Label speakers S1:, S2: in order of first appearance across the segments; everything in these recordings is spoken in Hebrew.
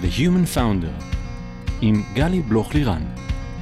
S1: The Human Founder עם גלי בלוך-לירן.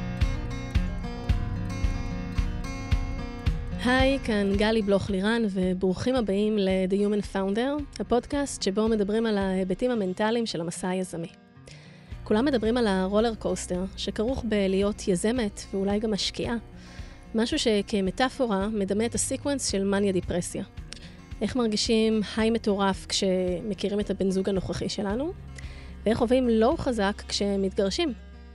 S2: היי, כאן גלי בלוך-לירן וברוכים הבאים ל-The Human Founder, הפודקאסט שבו מדברים על ההיבטים המנטליים של המסע היזמי. כולם מדברים על הרולר קוסטר שכרוך בלהיות יזמת ואולי גם משקיעה, משהו שכמטאפורה מדמה את הסיקוונס של מניה דיפרסיה. איך מרגישים היי מטורף כשמכירים את הבן זוג הנוכחי שלנו, ואיך חווים לואו חזק כשמתגרשים.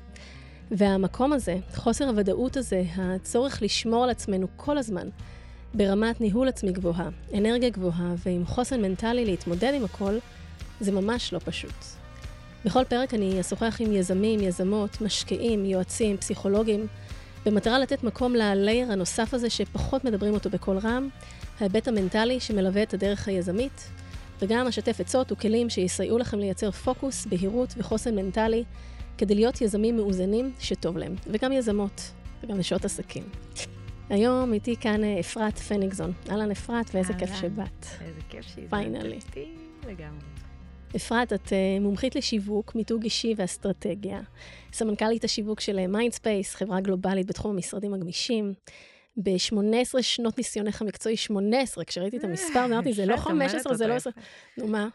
S2: והמקום הזה, חוסר הוודאות הזה, הצורך לשמור על עצמנו כל הזמן, ברמת ניהול עצמי גבוהה, אנרגיה גבוהה ועם חוסן מנטלי להתמודד עם הכל, זה ממש לא פשוט. בכל פרק אני אשוחח עם יזמים, יזמות, משקיעים, יועצים, פסיכולוגים, במטרה לתת מקום ללייר הנוסף הזה שפחות מדברים אותו בכל רם, ההיבט המנטלי שמלווה את הדרך היזמית, וגם אשתף עצות וכלים שיסייעו לכם לייצר פוקוס, בהירות וחוסן מנטלי, כדי להיות יזמים מאוזנים שטוב להם, וגם יזמות, וגם נשות עסקים. היום איתי כאן אפרת פניגזון. אהלן אפרת, ואיזה כיף שבאת.
S3: איזה כיף שהיא.
S2: פיינלי.
S3: לגמרי.
S2: אפרת, את מומחית לשיווק, מיתוג אישי ואסטרטגיה. סמנכ"לית השיווק של מיינדספייס, חברה גלובלית בתחום המשרדים הגמישים. ב-18 שנות ניסיונך המקצועי, 18, כשראיתי את המספר, אמרתי, זה לא 15, זה לא 10. נו מה?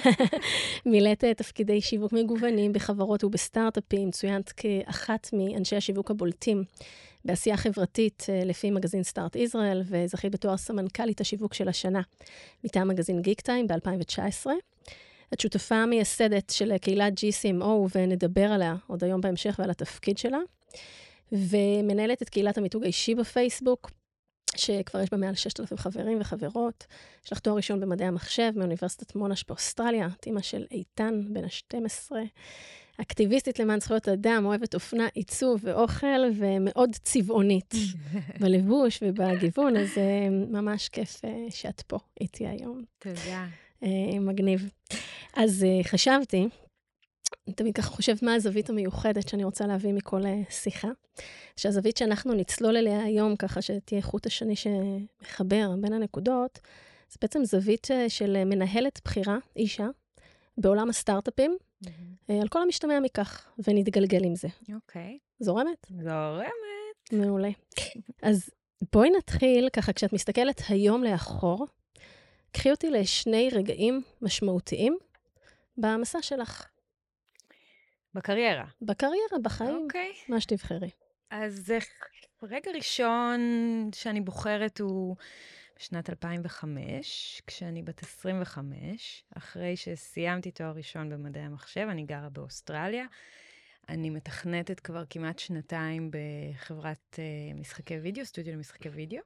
S2: מילאת תפקידי שיווק מגוונים בחברות ובסטארט-אפים, צוינת כאחת מאנשי השיווק הבולטים בעשייה חברתית לפי מגזין סטארט ישראל, וזכית בתואר סמנכ"לית השיווק של השנה, מטעם מגזין גיק טיים ב-2019. את שותפה המייסדת של קהילת GCMO, ונדבר עליה עוד היום בהמשך ועל התפקיד שלה. ומנהלת את קהילת המיתוג האישי בפייסבוק, שכבר יש בה מעל 6,000 חברים וחברות. יש לך תואר ראשון במדעי המחשב מאוניברסיטת מונש באוסטרליה, את אמא של איתן בן ה-12, אקטיביסטית למען זכויות אדם, אוהבת אופנה, עיצוב ואוכל, ומאוד צבעונית בלבוש ובגיוון, אז ממש כיף שאת פה איתי היום.
S3: תודה.
S2: מגניב. אז חשבתי, תמיד ככה חושבת מה הזווית המיוחדת שאני רוצה להביא מכל שיחה, שהזווית שאנחנו נצלול אליה היום, ככה שתהיה חוט השני שמחבר בין הנקודות, זה בעצם זווית של מנהלת בחירה, אישה, בעולם הסטארט-אפים, על כל המשתמע מכך, ונתגלגל עם זה.
S3: אוקיי.
S2: זורמת?
S3: זורמת.
S2: מעולה. אז בואי נתחיל, ככה כשאת מסתכלת היום לאחור, קחי אותי לשני רגעים משמעותיים במסע שלך.
S3: בקריירה.
S2: בקריירה, בחיים,
S3: אוקיי.
S2: מה שתבחרי.
S3: אז רגע ראשון שאני בוחרת הוא בשנת 2005, כשאני בת 25, אחרי שסיימתי תואר ראשון במדעי המחשב, אני גרה באוסטרליה. אני מתכנתת כבר כמעט שנתיים בחברת משחקי וידאו, סטודיו למשחקי וידאו.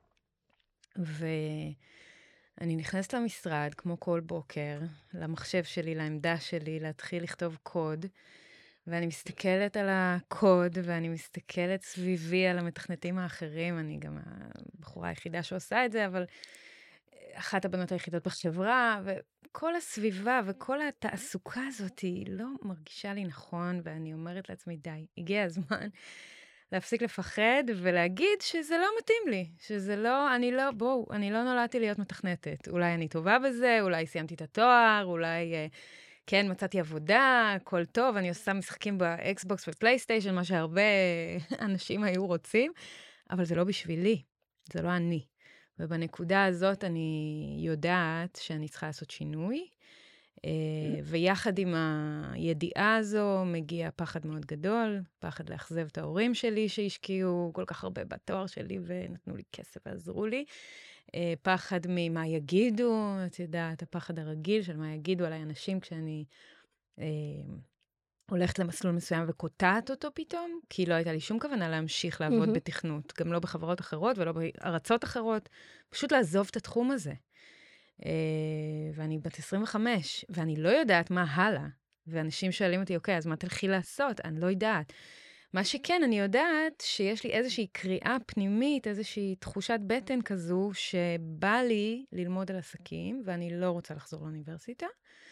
S3: ואני נכנסת למשרד, כמו כל בוקר, למחשב שלי, לעמדה שלי, להתחיל לכתוב קוד, ואני מסתכלת על הקוד, ואני מסתכלת סביבי על המתכנתים האחרים, אני גם הבחורה היחידה שעושה את זה, אבל אחת הבנות היחידות בחברה, וכל הסביבה וכל התעסוקה הזאת היא לא מרגישה לי נכון, ואני אומרת לעצמי, די, הגיע הזמן להפסיק לפחד ולהגיד שזה לא מתאים לי, שזה לא, אני לא נולדתי להיות מתכנתת. אולי אני טובה בזה, אולי סיימתי את התואר, אולי כן, מצאתי עבודה, הכל טוב, אני עושה משחקים באקסבוקס ופלייסטיישן, מה שהרבה אנשים היו רוצים, אבל זה לא בשבילי, זה לא אני. ובנקודה הזאת אני יודעת שאני צריכה לעשות שינוי, ויחד עם הידיעה הזו מגיע פחד מאוד גדול, פחד לאכזב את ההורים שלי שהשקיעו כל כך הרבה בתואר שלי ונתנו לי כסף ועזרו לי, פחד ממה יגידו, את יודעת, הפחד הרגיל של מה יגידו עליי אנשים כשאני הולכת למסלול מסוים וקוטעת אותו פתאום, כי לא הייתה לי שום כוונה להמשיך לעבוד בתכנות, גם לא בחברות אחרות ולא בארצות אחרות, פשוט לעזוב את התחום הזה. ואני בת 25, ואני לא יודעת מה הלאה, ואנשים שואלים אותי, אוקיי, אז מה תלכי לעשות? אני לא יודעת. מה שכן, אני יודעת שיש לי איזושהי קריאה פנימית, איזושהי תחושת בטן כזו, שבא לי ללמוד על עסקים, ואני לא רוצה לחזור לאוניברסיטה,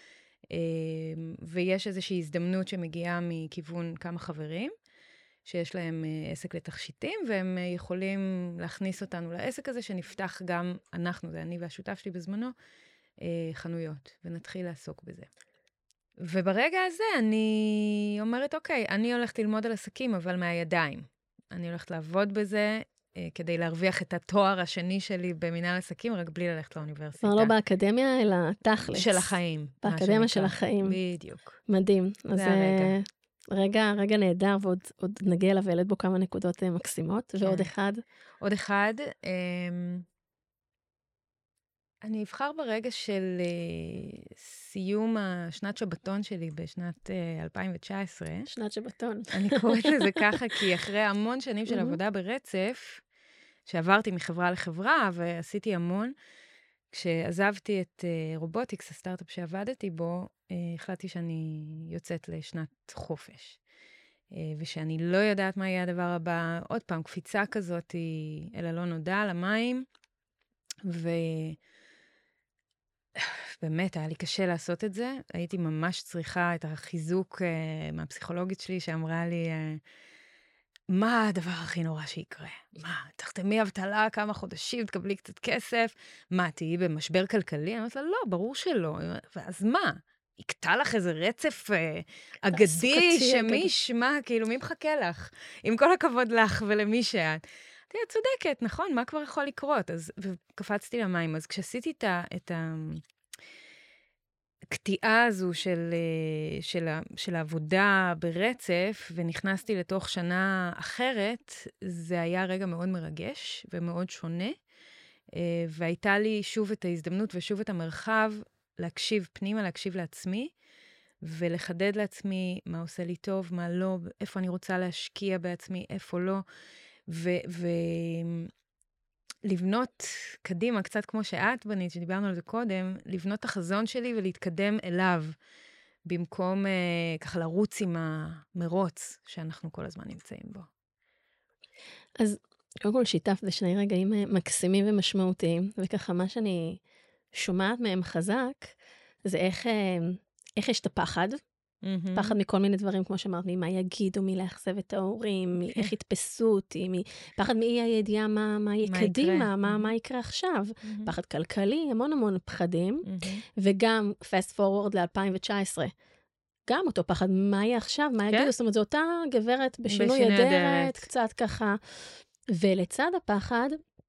S3: ויש איזושהי הזדמנות שמגיעה מכיוון כמה חברים, שיש להם עסק לתכשיטים, והם יכולים להכניס אותנו לעסק הזה, שנפתח גם אנחנו, זה אני והשותף שלי בזמנו, חנויות, ונתחיל לעסוק בזה. וברגע הזה אני אומרת, אוקיי, אני הולכת ללמוד על עסקים, אבל מהידיים. אני הולכת לעבוד בזה כדי להרוויח את התואר השני שלי במנהל עסקים, רק בלי ללכת לאוניברסיטה.
S2: כבר לא באקדמיה, אלא תכלס.
S3: של החיים.
S2: באקדמיה של החיים.
S3: בדיוק.
S2: מדהים. אז
S3: זה הרגע.
S2: רגע נהדר, ועוד נגיע אליו והעלית בו כמה נקודות מקסימות. ועוד אחד.
S3: עוד אחד, אני אבחר ברגע של סיום השנת שבתון שלי בשנת 2019.
S2: שנת שבתון.
S3: אני קוראת לזה ככה, כי אחרי המון שנים של עבודה ברצף, שעברתי מחברה לחברה ועשיתי המון, כשעזבתי את רובוטיקס, הסטארט-אפ שעבדתי בו, החלטתי שאני יוצאת לשנת חופש. ושאני לא יודעת מה יהיה הדבר הבא. עוד פעם, קפיצה כזאת אל הלא נודע, למים, ובאמת, היה לי קשה לעשות את זה. הייתי ממש צריכה את החיזוק מהפסיכולוגית שלי, שאמרה לי, מה הדבר הכי נורא שיקרה? מה, תחתמי אבטלה כמה חודשים, תקבלי קצת כסף? מה, תהיי במשבר כלכלי? אני אומרת לה, לא, ברור שלא. ואז מה? יקטע לך איזה רצף אגדי, שמי ישמע, כאילו, מי מחכה לך? עם כל הכבוד לך ולמי שאת. את צודקת, נכון, מה כבר יכול לקרות? אז, וקפצתי למים, אז כשעשיתי את הקטיעה הזו של העבודה ברצף, ונכנסתי לתוך שנה אחרת, זה היה רגע מאוד מרגש ומאוד שונה, והייתה לי שוב את ההזדמנות ושוב את המרחב להקשיב פנימה, להקשיב לעצמי, ולחדד לעצמי מה עושה לי טוב, מה לא, איפה אני רוצה להשקיע בעצמי, איפה לא, לבנות קדימה, קצת כמו שאת בנית, שדיברנו על זה קודם, לבנות את החזון שלי ולהתקדם אליו, במקום ככה לרוץ עם המרוץ שאנחנו כל הזמן נמצאים בו.
S2: אז קודם כל שיתפת בשני רגעים מקסימים ומשמעותיים, וככה מה שאני שומעת מהם חזק, זה איך יש את הפחד, פחד מכל מיני דברים, כמו שאמרת, ממה יגידו, מי לאכזב את ההורים, איך יתפסו אותי, פחד מאי הידיעה מה יהיה קדימה, מה יקרה עכשיו, פחד כלכלי, המון פחדים, וגם fast forward ל-2019, גם אותו פחד, מה יהיה עכשיו, מה יגידו, זאת אומרת, זו אותה גברת בשינוי אדרת, קצת ככה, ולצד הפחד,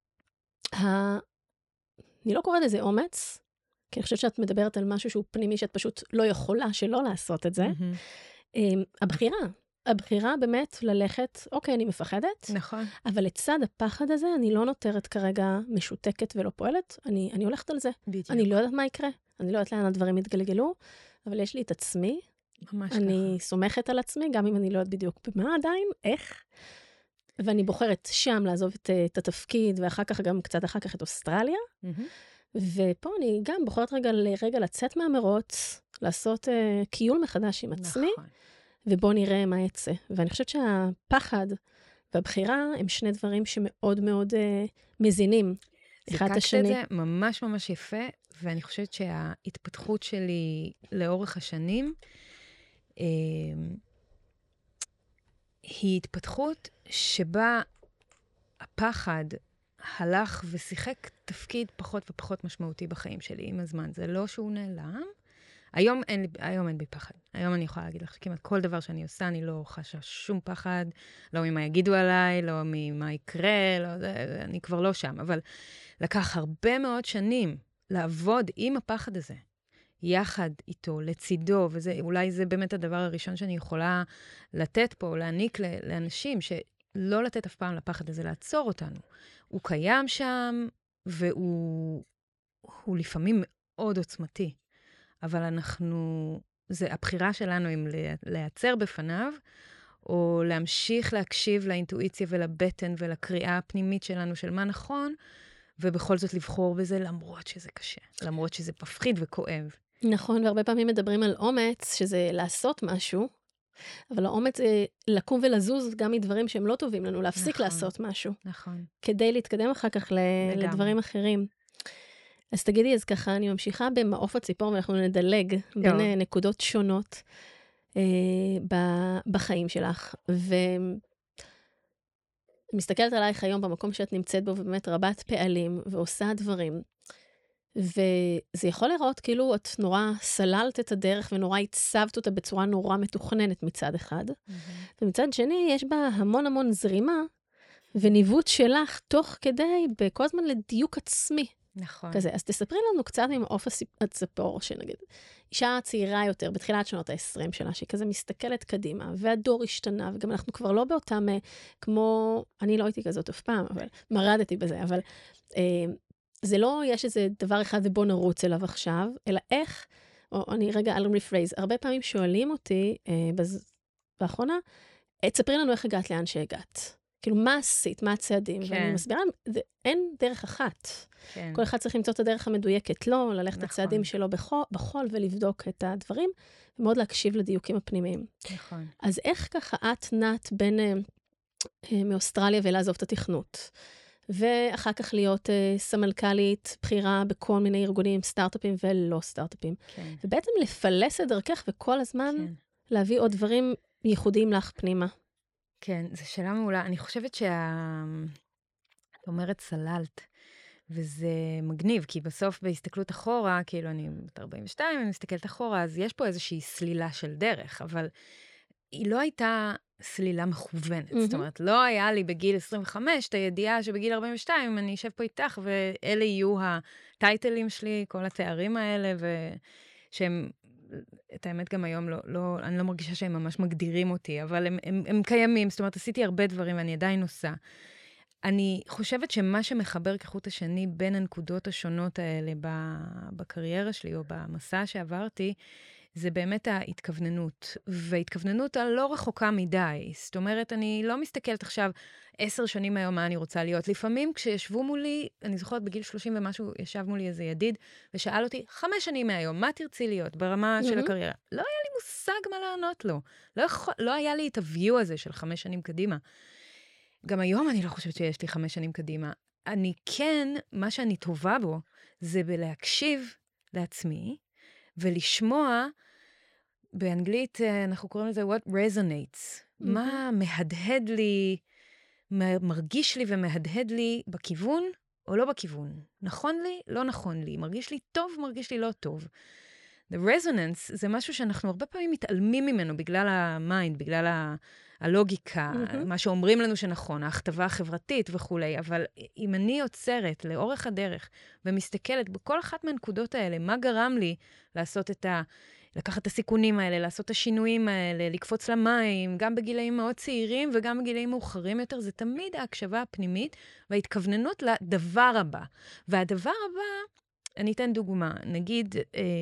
S2: אני לא קוראת לזה אומץ, כי אני חושבת שאת מדברת על משהו שהוא פנימי, שאת פשוט לא יכולה שלא לעשות את זה. הבחירה באמת ללכת, אוקיי, אני מפחדת,
S3: נכון.
S2: אבל לצד הפחד הזה, אני לא נותרת כרגע משותקת ולא פועלת, אני הולכת על זה. בדיוק. אני לא יודעת מה יקרה, אני לא יודעת לאן הדברים יתגלגלו, אבל יש לי את עצמי, אני סומכת על עצמי, גם אם אני לא יודעת בדיוק במה עדיין, איך, ואני בוחרת שם לעזוב את התפקיד, ואחר כך גם קצת אחר כך את אוסטרליה, ופה אני גם בוחרת רגע לצאת מהמרוץ, לעשות קיול מחדש עם עצמי, ובוא נראה מה יצא. ואני חושבת שהפחד והבחירה הם שני דברים שמאוד מאוד מזינים אחד את השני.
S3: זיקקת את זה ממש ממש יפה, ואני חושבת שההתפתחות שלי לאורך השנים, היא התפתחות שבה הפחד הלך ושיחק תפקיד פחות ופחות משמעותי בחיים שלי עם הזמן. זה לא שהוא נעלם. היום אין בי פחד. היום אני יכולה להגיד לך שכמעט כל דבר שאני עושה, אני לא חשה שום פחד, לא ממה יגידו עליי, לא ממה יקרה, אני כבר לא שם. אבל לקח הרבה מאוד שנים לעבוד עם הפחד הזה, יחד איתו, לצידו, ואולי זה באמת הדבר הראשון שאני יכולה לתת פה, או להעניק לאנשים, שלא לתת אף פעם לפחד הזה, לעצור אותנו. הוא קיים שם, והוא לפעמים מאוד עוצמתי. אבל זה הבחירה שלנו אם להיעצר בפניו, או להמשיך להקשיב לאינטואיציה ולבטן ולקריאה הפנימית שלנו של מה נכון, ובכל זאת לבחור בזה למרות שזה קשה, למרות שזה מפחיד וכואב.
S2: נכון, והרבה פעמים מדברים על אומץ, שזה לעשות משהו, אבל האומץ זה לקום ולזוז גם מדברים שהם לא טובים לנו, להפסיק לעשות משהו.
S3: נכון.
S2: כדי להתקדם אחר כך לדברים אחרים. אז תגידי, אז ככה אני ממשיכה במעוף הציפור, ואנחנו נדלג בין נקודות שונות בחיים שלך. ומסתכלת עלייך היום במקום שאת נמצאת בו, ובאמת רבת פעלים, ועושה דברים. וזה יכול לראות כאילו את נורא סללת את הדרך ונורא הצבת אותה בצורה נורא מתוכננת מצד אחד, ומצד שני יש בה המון המון זרימה, וניווט שלך תוך כדי בכל הזמן לדיוק עצמי.
S3: נכון.
S2: כזה. אז תספרי לנו קצת ממעוף הציפור, שנגיד, אישה צעירה יותר, בתחילת שנות ה-20 שלה, שהיא כזה מסתכלת קדימה, והדור השתנה, וגם אנחנו כבר לא באותם, כמו, אני לא הייתי כזאת אף פעם, אבל מרדתי בזה, אבל זה לא יש איזה דבר אחד ובוא נרוץ אליו עכשיו, אלא איך, או אני רגע על רפרייז, הרבה פעמים שואלים אותי, באחרונה, תספרי לנו איך הגעת לאן שהגעת. כאילו, מה עשית? מה הצעדים? כן. ואני מסבירה, אין דרך אחת. כן. כל אחד צריך למצוא את הדרך המדויקת, לא ללכת נכון. הצעדים שלו בחול ולבדוק את הדברים, ומאוד להקשיב לדיוקים הפנימיים.
S3: נכון.
S2: אז איך ככה את נעת בין מאוסטרליה ולעזוב את התכנות? ואחר כך להיות סמנכ"לית, בחירה בכל מיני ארגונים, סטארט-אפים ולא סטארט-אפים. כן. ובעצם לפלס את דרכך וכל הזמן כן. להביא עוד דברים ייחודיים לך פנימה.
S3: כן, זו שאלה מעולה. אני חושבת את אומרת סללת, וזה מגניב, כי בסוף בהסתכלות אחורה, כאילו אני בת 42, אני מסתכלת אחורה, אז יש פה איזושהי סלילה של דרך, אבל היא לא הייתה סלילה מכוונת. זאת אומרת, לא היה לי בגיל 25 את הידיעה שבגיל 42 אני אשב פה איתך, ואלה יהיו הטייטלים שלי, כל התארים האלה, ושהם... את האמת גם היום אני לא מרגישה שהם ממש מגדירים אותי, אבל הם קיימים, זאת אומרת, עשיתי הרבה דברים ואני עדיין עושה. אני חושבת שמה שמחבר כחוט השני בין הנקודות השונות האלה בקריירה שלי או במסע שעברתי, זה באמת ההתכווננות, והתכווננות הלא רחוקה מדי. זאת אומרת, אני לא מסתכלת עכשיו 10 שנים היום מה אני רוצה להיות. לפעמים כשישבו מולי, אני זוכרת בגיל 30 ומשהו, ישב מולי איזה ידיד, ושאל אותי, 5 שנים מהיום, מה תרצי להיות ברמה של הקריירה? לא היה לי מושג מה לענות לו. לא היה לי את הוויו הזה של 5 שנים קדימה. גם היום אני לא חושבת שיש לי 5 שנים קדימה. אני כן, מה שאני טובה בו, זה בלהקשיב לעצמי, ולשמוע, באנגלית אנחנו קוראים לזה what resonates, מה מהדהד לי, מרגיש לי ומהדהד לי בכיוון או לא בכיוון. נכון לי, לא נכון לי, מרגיש לי טוב, מרגיש לי לא טוב. The resonance זה משהו שאנחנו הרבה פעמים מתעלמים ממנו בגלל המיינד, בגלל הלוגיקה, מה שאומרים לנו שנכון, ההכתבה החברתית וכו', אבל אם אני עוצרת לאורך הדרך ומסתכלת בכל אחת מהנקודות האלה, מה גרם לי לעשות לקחת את הסיכונים האלה, לעשות את השינויים האלה, לקפוץ למים, גם בגילאים מאוד צעירים וגם בגילאים מאוחרים יותר, זה תמיד ההקשבה הפנימית וההתכווננות לדבר הבא. והדבר הבא, אני אתן דוגמה, נגיד,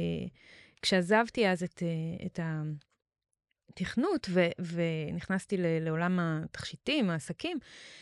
S3: כשעזבתי אז את התכנות ונכנסתי לעולם התכשיטים, העסקים,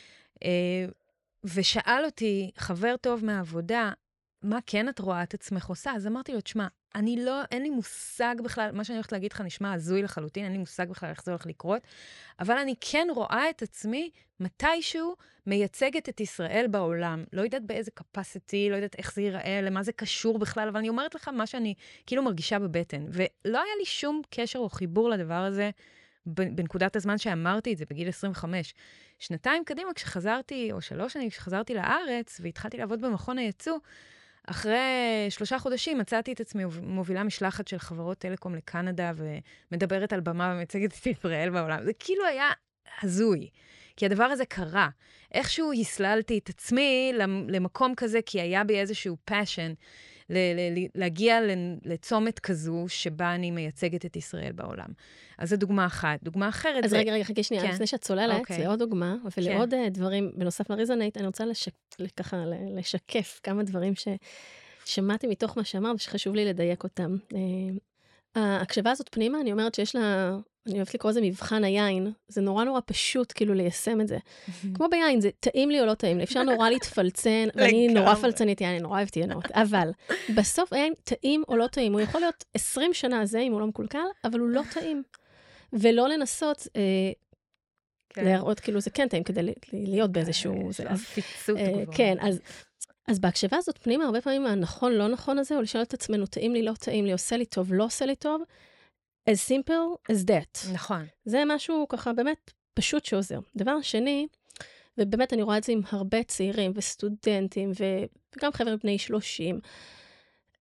S3: ושאל אותי חבר טוב מהעבודה, מה כן את רואה את עצמך עושה? אז אמרתי לו, תשמע, אין לי מושג בכלל, מה שאני הולכת להגיד לך נשמע הזוי לחלוטין, אין לי מושג בכלל איך זה הולך לקרות, אבל אני כן רואה את עצמי מתישהו מייצגת את ישראל בעולם. לא יודעת באיזה capacity, לא יודעת איך זה ייראה, למה זה קשור בכלל, אבל אני אומרת לך מה שאני כאילו מרגישה בבטן. ולא היה לי שום קשר או חיבור לדבר הזה בנקודת הזמן שאמרתי את זה, בגיל 25. 2 קדימה כשחזרתי, או 3 שנים כשחזרתי לארץ, והתחלתי לעבוד במכון הייצוא, אחרי 3 חודשים מצאתי את עצמי מובילה משלחת של חברות טלקום לקנדה, ומדברת על במה ומייצגת את ישראל בעולם. זה כאילו היה הזוי, כי הדבר הזה קרה. איכשהו הסללתי את עצמי למקום כזה, כי היה בי איזשהו passion להגיע לצומת כזו, שבה אני מייצגת את ישראל בעולם. אז זו דוגמה אחת. דוגמה אחרת
S2: אז רגע, חכי שנייה, לפני שאת צוללת, זה עוד דוגמה, ולעוד דברים, בנוסף לריזונייט, אני רוצה ככה לשקף כמה דברים ששמעתי מתוך מה שאמרת, שחשוב לי לדייק אותם. ההקשבה הזאת פנימה, אני אומרת שיש לה, אני אוהבת לקרוא לזה מבחן היין, זה נורא נורא פשוט כאילו ליישם את זה. כמו ביין, זה טעים לי או לא טעים לי, אפשר נורא להתפלצן, ואני נורא פלצנית יין, אני נורא אוהבת ינות, אבל בסוף היין טעים או לא טעים, הוא יכול להיות 20 שנה זה, אם הוא לא מקולקל, אבל הוא לא טעים. ולא לנסות להראות, כאילו זה כן טעים, כדי להיות באיזשהו... כן, אז בהקשבה הזאת פנימה, הרבה פעמים הנכון, לא נכון הזה, או לשאול את עצמנו, טעים לי, לא טעים לי, עושה לי טוב, לא עושה לי טוב, as simple as that.
S3: נכון.
S2: זה משהו ככה באמת פשוט שעוזר. דבר שני, ובאמת אני רואה את זה עם הרבה צעירים וסטודנטים, וגם חבר'ה בני 30,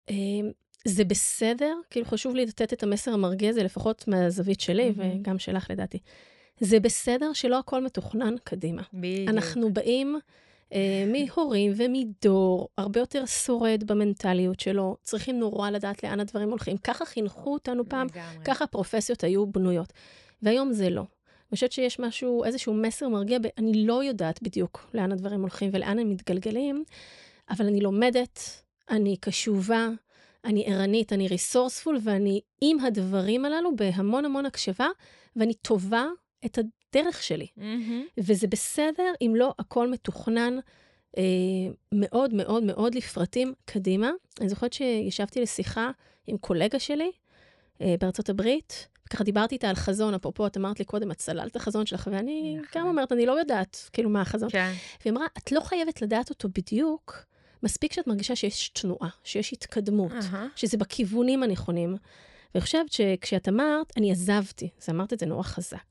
S2: זה בסדר, כאילו חשוב לי לתת את המסר המרגיע הזה, לפחות מהזווית שלי, וגם שלך לדעתי. זה בסדר שלא הכל מתוכנן קדימה.
S3: בדיוק.
S2: אנחנו באים מהורים ומדור, הרבה יותר שורד במנטליות שלו, צריכים נורא לדעת לאן הדברים הולכים. ככה חינכו אותנו פעם, ככה הפרופסיות היו בנויות. והיום זה לא. אני חושבת שיש משהו, איזשהו מסר מרגיע, אני לא יודעת בדיוק לאן הדברים הולכים ולאן הם מתגלגלים, אבל אני לומדת, אני קשובה, אני ערנית, אני ריסורספול, ואני עם הדברים הללו בהמון המון הקשבה, ואני טובה את הדרך שלי. וזה בסדר אם לא הכל מתוכנן מאוד מאוד מאוד לפרטים קדימה. אני זוכרת שישבתי לשיחה עם קולגה שלי בארצות הברית, וככה דיברתי איתה על חזון, אפרופו, את אמרת לי קודם, את צללת החזון שלך, ואני גם אומרת, אני לא יודעת כאילו מה החזון. והיא אמרה, את לא חייבת לדעת אותו בדיוק, מספיק שאת מרגישה שיש תנועה, שיש התקדמות, שזה בכיוונים הנכונים. ואני חושבת שכשאת אמרת, אני עזבתי, אז אמרת את זה נורא חזק.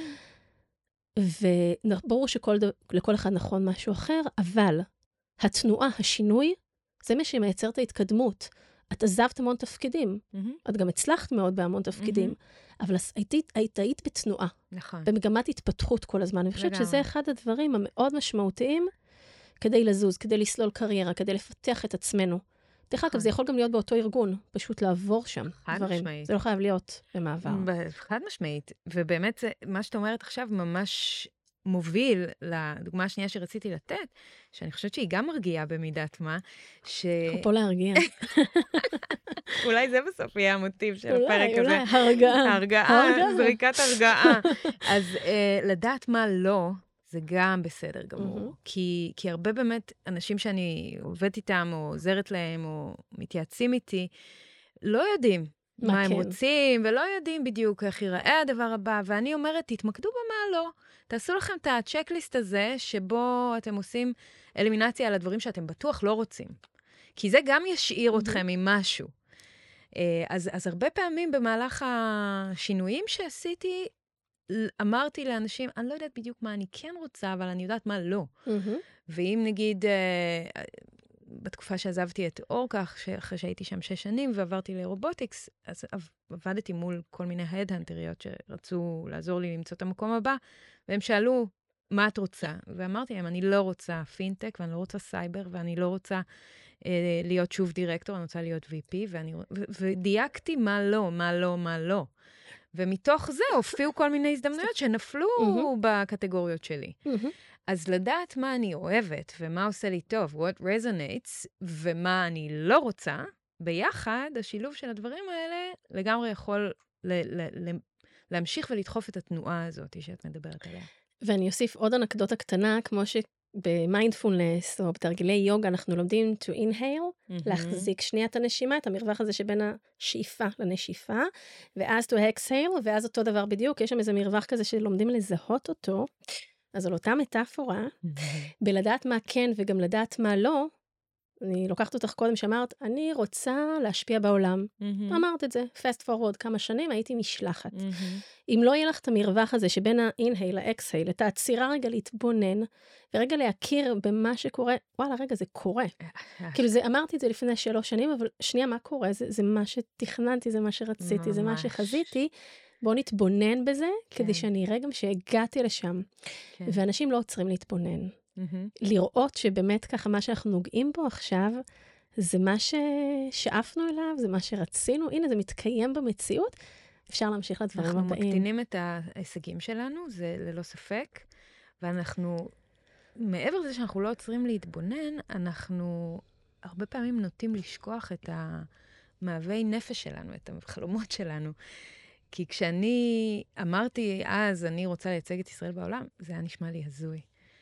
S2: וברור שלכל אחד נכון משהו אחר, אבל התנועה, השינוי, זה מה שמייצר את ההתקדמות. את עזבת המון תפקידים, את גם הצלחת מאוד בהמון תפקידים, אבל היית בתנועה, במגמת התפתחות כל הזמן. אני חושבת שזה אחד הדברים המאוד משמעותיים, כדי לזוז, כדי לסלול קריירה, כדי לפתח את עצמנו. דרך אגב, זה יכול גם להיות באותו ארגון, פשוט לעבור שם דברים. זה לא חייב להיות במעבר.
S3: חד משמעית. ובאמת, מה שאת אומרת עכשיו ממש מוביל לדוגמה השנייה שרציתי לתת, שאני חושבת שהיא גם מרגיעה במידת מה,
S2: אנחנו פה להרגיע.
S3: אולי זה בסוף יהיה המוטיב של הפרק הזה.
S2: אולי, הרגעה.
S3: הרגעה, זריקת הרגעה. אז לדעת מה לא, זה גם בסדר גמור. כי הרבה באמת אנשים שאני עובדת איתם, או עוזרת להם, או מתייעצים איתי, לא יודעים מה הם רוצים, ולא יודעים בדיוק איך ייראה הדבר הבא, ואני אומרת, תתמקדו במה לא. תעשו לכם את הצ'קליסט הזה, שבו אתם עושים אלימינציה על הדברים שאתם בטוח לא רוצים. כי זה גם ישאיר אתכם עם משהו. אז הרבה פעמים במהלך השינויים שעשיתי, אמרתי לאנשים, אני לא יודעת בדיוק מה אני כן רוצה, אבל אני יודעת מה לא. ואם נגיד, בתקופה שעזבתי את אורקח, אחרי שהייתי שם 6 שנים, ועברתי לרובוטיקס, אז עבדתי מול כל מיני הדהנטריות שרצו לעזור לי למצוא את המקום הבא, והם שאלו, מה את רוצה? ואמרתי להם, אני לא רוצה פינטק, ואני לא רוצה סייבר, ואני לא רוצה להיות שוב דירקטור, אני רוצה להיות VP, ודייקתי מה לא, מה לא, מה לא. ומתוך זה הופיעו כל מיני הזדמנויות שנפלו בקטגוריות שלי. אז לדעת מה אני אוהבת, ומה עושה לי טוב, what resonates, ומה אני לא רוצה, ביחד, השילוב של הדברים האלה לגמרי יכול להמשיך ולדחוף את התנועה הזאת שאת מדברת עליה.
S2: ואני אוסיף עוד אנקדוטה קטנה, כמו שבמיינדפולנס או בתרגילי יוגה אנחנו לומדים to inhale, להחזיק שנייה את הנשימה, את המרווח הזה שבין השאיפה לנשיפה, ואז to exhale, ואז אותו דבר בדיוק, יש שם איזה מרווח כזה שלומדים לזהות אותו, אז על אותה מטאפורה, בלדעת מה כן וגם לדעת מה לא, אני לוקחת אותך קודם שאמרת, אני רוצה להשפיע בעולם. אמרת את זה, fast forward כמה שנים, הייתי משלחת. אם לא יהיה לך את המרווח הזה שבין ה-inhale ל-exhale, את העצירה רגע להתבונן, ורגע להכיר במה שקורה, וואלה, רגע, זה קורה. כאילו, אמרתי את זה לפני 3 שנים, אבל שנייה, מה קורה? זה מה שתכננתי, זה מה שרציתי, זה מה שחזיתי. בואו נתבונן בזה, כדי שאני אראה גם שהגעתי לשם. ואנשים לא עוצרים להתבונן. לראות שבאמת ככה מה שאנחנו נוגעים בו עכשיו, זה מה ששאפנו אליו, זה מה שרצינו, הנה זה מתקיים במציאות, אפשר להמשיך לדברים הבאים.
S3: אנחנו מקטינים את ההישגים שלנו, זה ללא ספק, ואנחנו, מעבר לזה שאנחנו לא עוצרים להתבונן, אנחנו הרבה פעמים נוטים לשכוח את המאווי נפש שלנו, את החלומות שלנו. כי כשאני אמרתי אז, אני רוצה לייצג את ישראל בעולם, זה היה נשמע לי הזוי.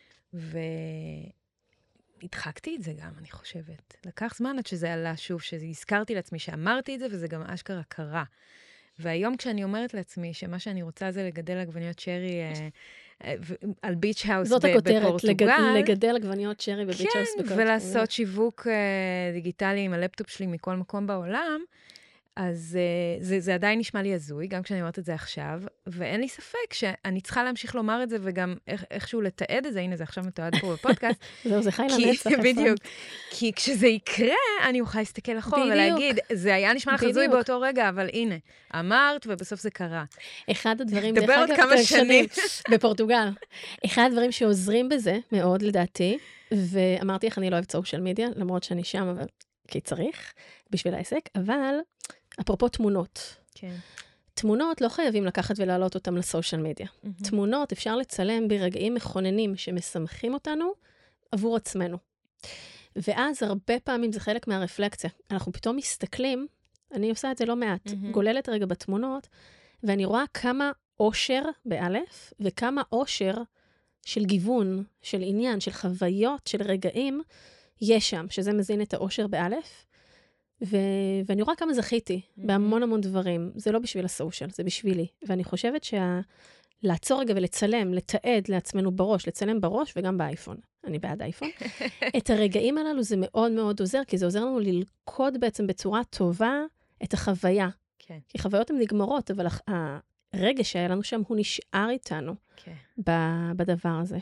S3: והדחקתי את זה גם, אני חושבת. לקח זמן עד שזה עלה שוב, שהזכרתי לעצמי שאמרתי את זה, וזה גם אשכרה קרה. והיום כשאני אומרת לעצמי שמה שאני רוצה זה לגדל עגבניות שרי על ביץ' האוס בפורטוגל.
S2: זאת הכותרת, לגדל עגבניות שרי בביץ' האוס בפורטוגל.
S3: ולעשות שיווק דיגיטלי עם הלפטופ שלי מכל מקום בעולם, אז זה עדיין נשמע לי הזוי, גם כשאני אומרת את זה עכשיו, ואין לי ספק שאני צריכה להמשיך לומר את זה, וגם איכשהו לתעד את זה, הנה זה עכשיו מתועד פה בפודקאסט.
S2: זהו, זה חי לנצח.
S3: בדיוק. כי כשזה יקרה, אני אוכל להסתכל אחורה ולהגיד, זה היה נשמע לך הזוי באותו רגע, אבל הנה, אמרת, ובסוף זה קרה.
S2: אחד הדברים,
S3: דבר עוד כמה שנים.
S2: בפורטוגל. אחד הדברים שעוזרים בזה, מאוד לדעתי, ואמרתי איך אני לא אוהבת סושיאל מדיה, למרות שאני שם, אבל כי צריך, בשביל העסק, אבל אפרופו תמונות.
S3: כן.
S2: תמונות לא חייבים לקחת ולהעלות אותם לסושיאל מדיה. תמונות אפשר לצלם ברגעים מכוננים שמשמחים אותנו עבור עצמנו. ואז הרבה פעמים זה חלק מהרפלקציה. אנחנו פתאום מסתכלים, אני עושה את זה לא מעט, גוללת רגע בתמונות, ואני רואה כמה אושר באלף, וכמה אושר של גיוון, של עניין, של חוויות, של רגעים, יש שם, שזה מזין את האושר באלף, ואני רואה כמה זכיתי בהמון המון דברים. זה לא בשביל הסושיאל, זה בשבילי. ואני חושבת לעצור רגע ולצלם, לתעד לעצמנו בראש, לצלם בראש וגם באייפון. אני בעד אייפון. את הרגעים הללו זה מאוד מאוד עוזר, כי זה עוזר לנו ללכוד בעצם בצורה טובה את החוויה.
S3: כן.
S2: כי חוויות הן נגמרות, אבל הרגש שהיה לנו שם, הוא נשאר איתנו בדבר הזה.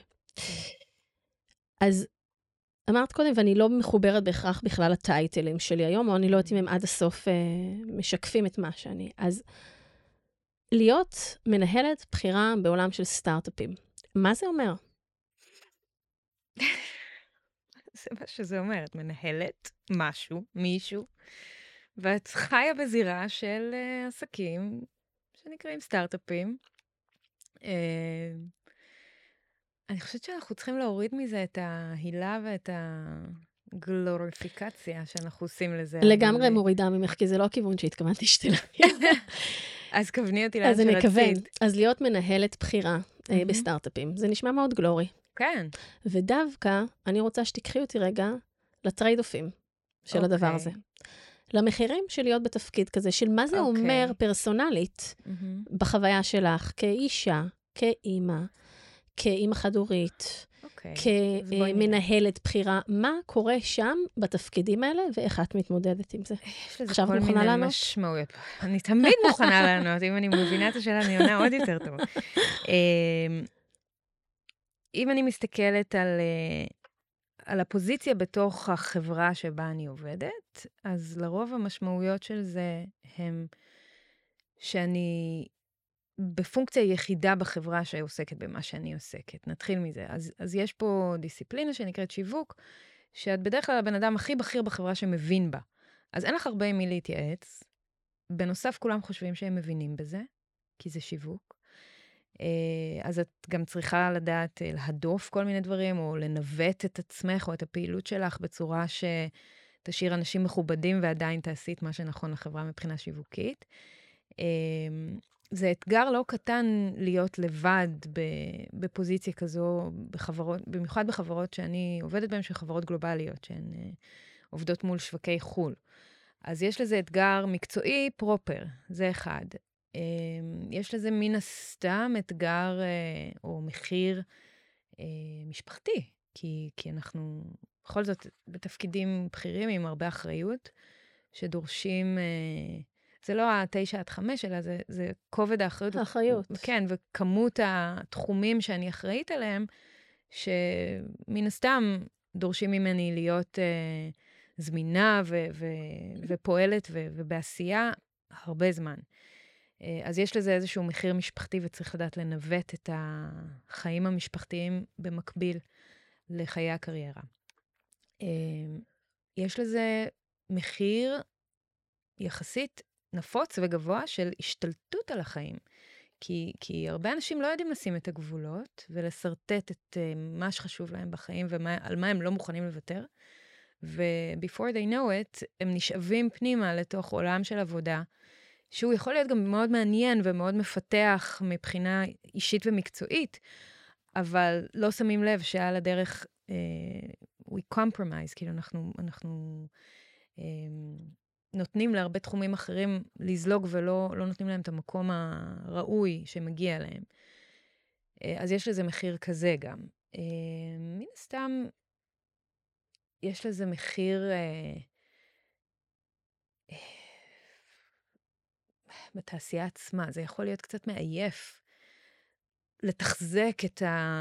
S2: אז אמרת קודם, ואני לא מחוברת בהכרח בכלל הטייטלים שלי היום, או אני לא יודעת אם הם עד הסוף משקפים את מה שאני. אז להיות מנהלת בחירה בעולם של סטארט-אפים. מה זה אומר?
S3: זה מה שזה אומר. את מנהלת משהו, מישהו, ואת חיה בזירה של עסקים שנקראים סטארט-אפים. אני חושבת שאנחנו צריכים להוריד מזה את ההילה ואת הגלוריפיקציה שאנחנו עושים לזה.
S2: לגמרי מורידה ממך, כי זה לא הכיוון שהתכוונתי שתלמי.
S3: אז כווני אותי לאן
S2: אז אני אכוון.
S3: שרצית.
S2: אז להיות מנהלת בחירה בסטארט-אפים, זה נשמע מאוד גלורי.
S3: כן.
S2: ודווקא, אני רוצה שתיקחי אותי רגע לטרייד-אופים של הדבר הזה. למחירים של להיות בתפקיד כזה, של מה זה אומר פרסונלית בחוויה שלך, כאישה, כאימא, כאימא חד-הורית, כמנהלת בחירה, מה קורה שם בתפקידים האלה, ואיך את מתמודדת עם זה?
S3: יש לזה כל מיני משמעויות. אני תמיד מוכנה לענות, אם אני מבינה את השאלה, אני עונה עוד יותר טוב. אם אני מסתכלת על הפוזיציה בתוך החברה שבה אני עובדת, אז לרוב המשמעויות של זה הם שאני בפונקציה יחידה בחברה שעוסקת במה שאני עוסקת. נתחיל מזה. אז יש פה דיסציפלינה שנקראת שיווק, שאת בדרך כלל הבן אדם הכי בכיר בחברה שמבין בה. אז אין לך הרבה עם מי להתייעץ. בנוסף, כולם חושבים שהם מבינים בזה, כי זה שיווק. אז את גם צריכה לדעת להדוף כל מיני דברים, או לנווט את עצמך או את הפעילות שלך בצורה שתשאיר אנשים מכובדים ועדיין תעשי את מה שנכון לחברה מבחינה שיווקית. זה אתגר לא קטן להיות לבד בפוזיציה כזו, במיוחד בחברות שאני עובדת בהן, שהן חברות גלובליות, שהן עובדות מול שווקי חול. אז יש לזה אתגר מקצועי פרופר, זה אחד. יש לזה מן הסתם אתגר או מחיר משפחתי, כי אנחנו בכל זאת בתפקידים בכירים עם הרבה אחריות, שדורשים, זה לא 9-5, אלא זה כובד האחריות.
S2: האחריות.
S3: כן, וכמות התחומים שאני אחראית עליהם, שמן הסתם דורשים ממני להיות זמינה ופועלת ובעשייה הרבה זמן. אז יש לזה איזשהו מחיר משפחתי, וצריך לדעת לנווט את החיים המשפחתיים במקביל לחיי הקריירה. יש לזה מחיר יחסית נפוץ וגבוה של השתלטות על החיים. כי הרבה אנשים לא יודעים לשים את הגבולות, ולסרטט את מה שחשוב להם בחיים, ועל מה הם לא מוכנים לוותר. ו-before they know it, הם נשאבים פנימה לתוך עולם של עבודה, שהוא יכול להיות גם מאוד מעניין ומאוד מפתח מבחינה אישית ומקצועית, אבל לא שמים לב שעל הדרך we compromise, כאילו אנחנו נותנים להרבה תחומים אחרים לזלוג ולא נותנים להם את המקום הראוי שמגיע להם. אז יש לזה מחיר כזה גם. מן הסתם, יש לזה מחיר בתעשייה עצמה. זה יכול להיות קצת מעייף לתחזק את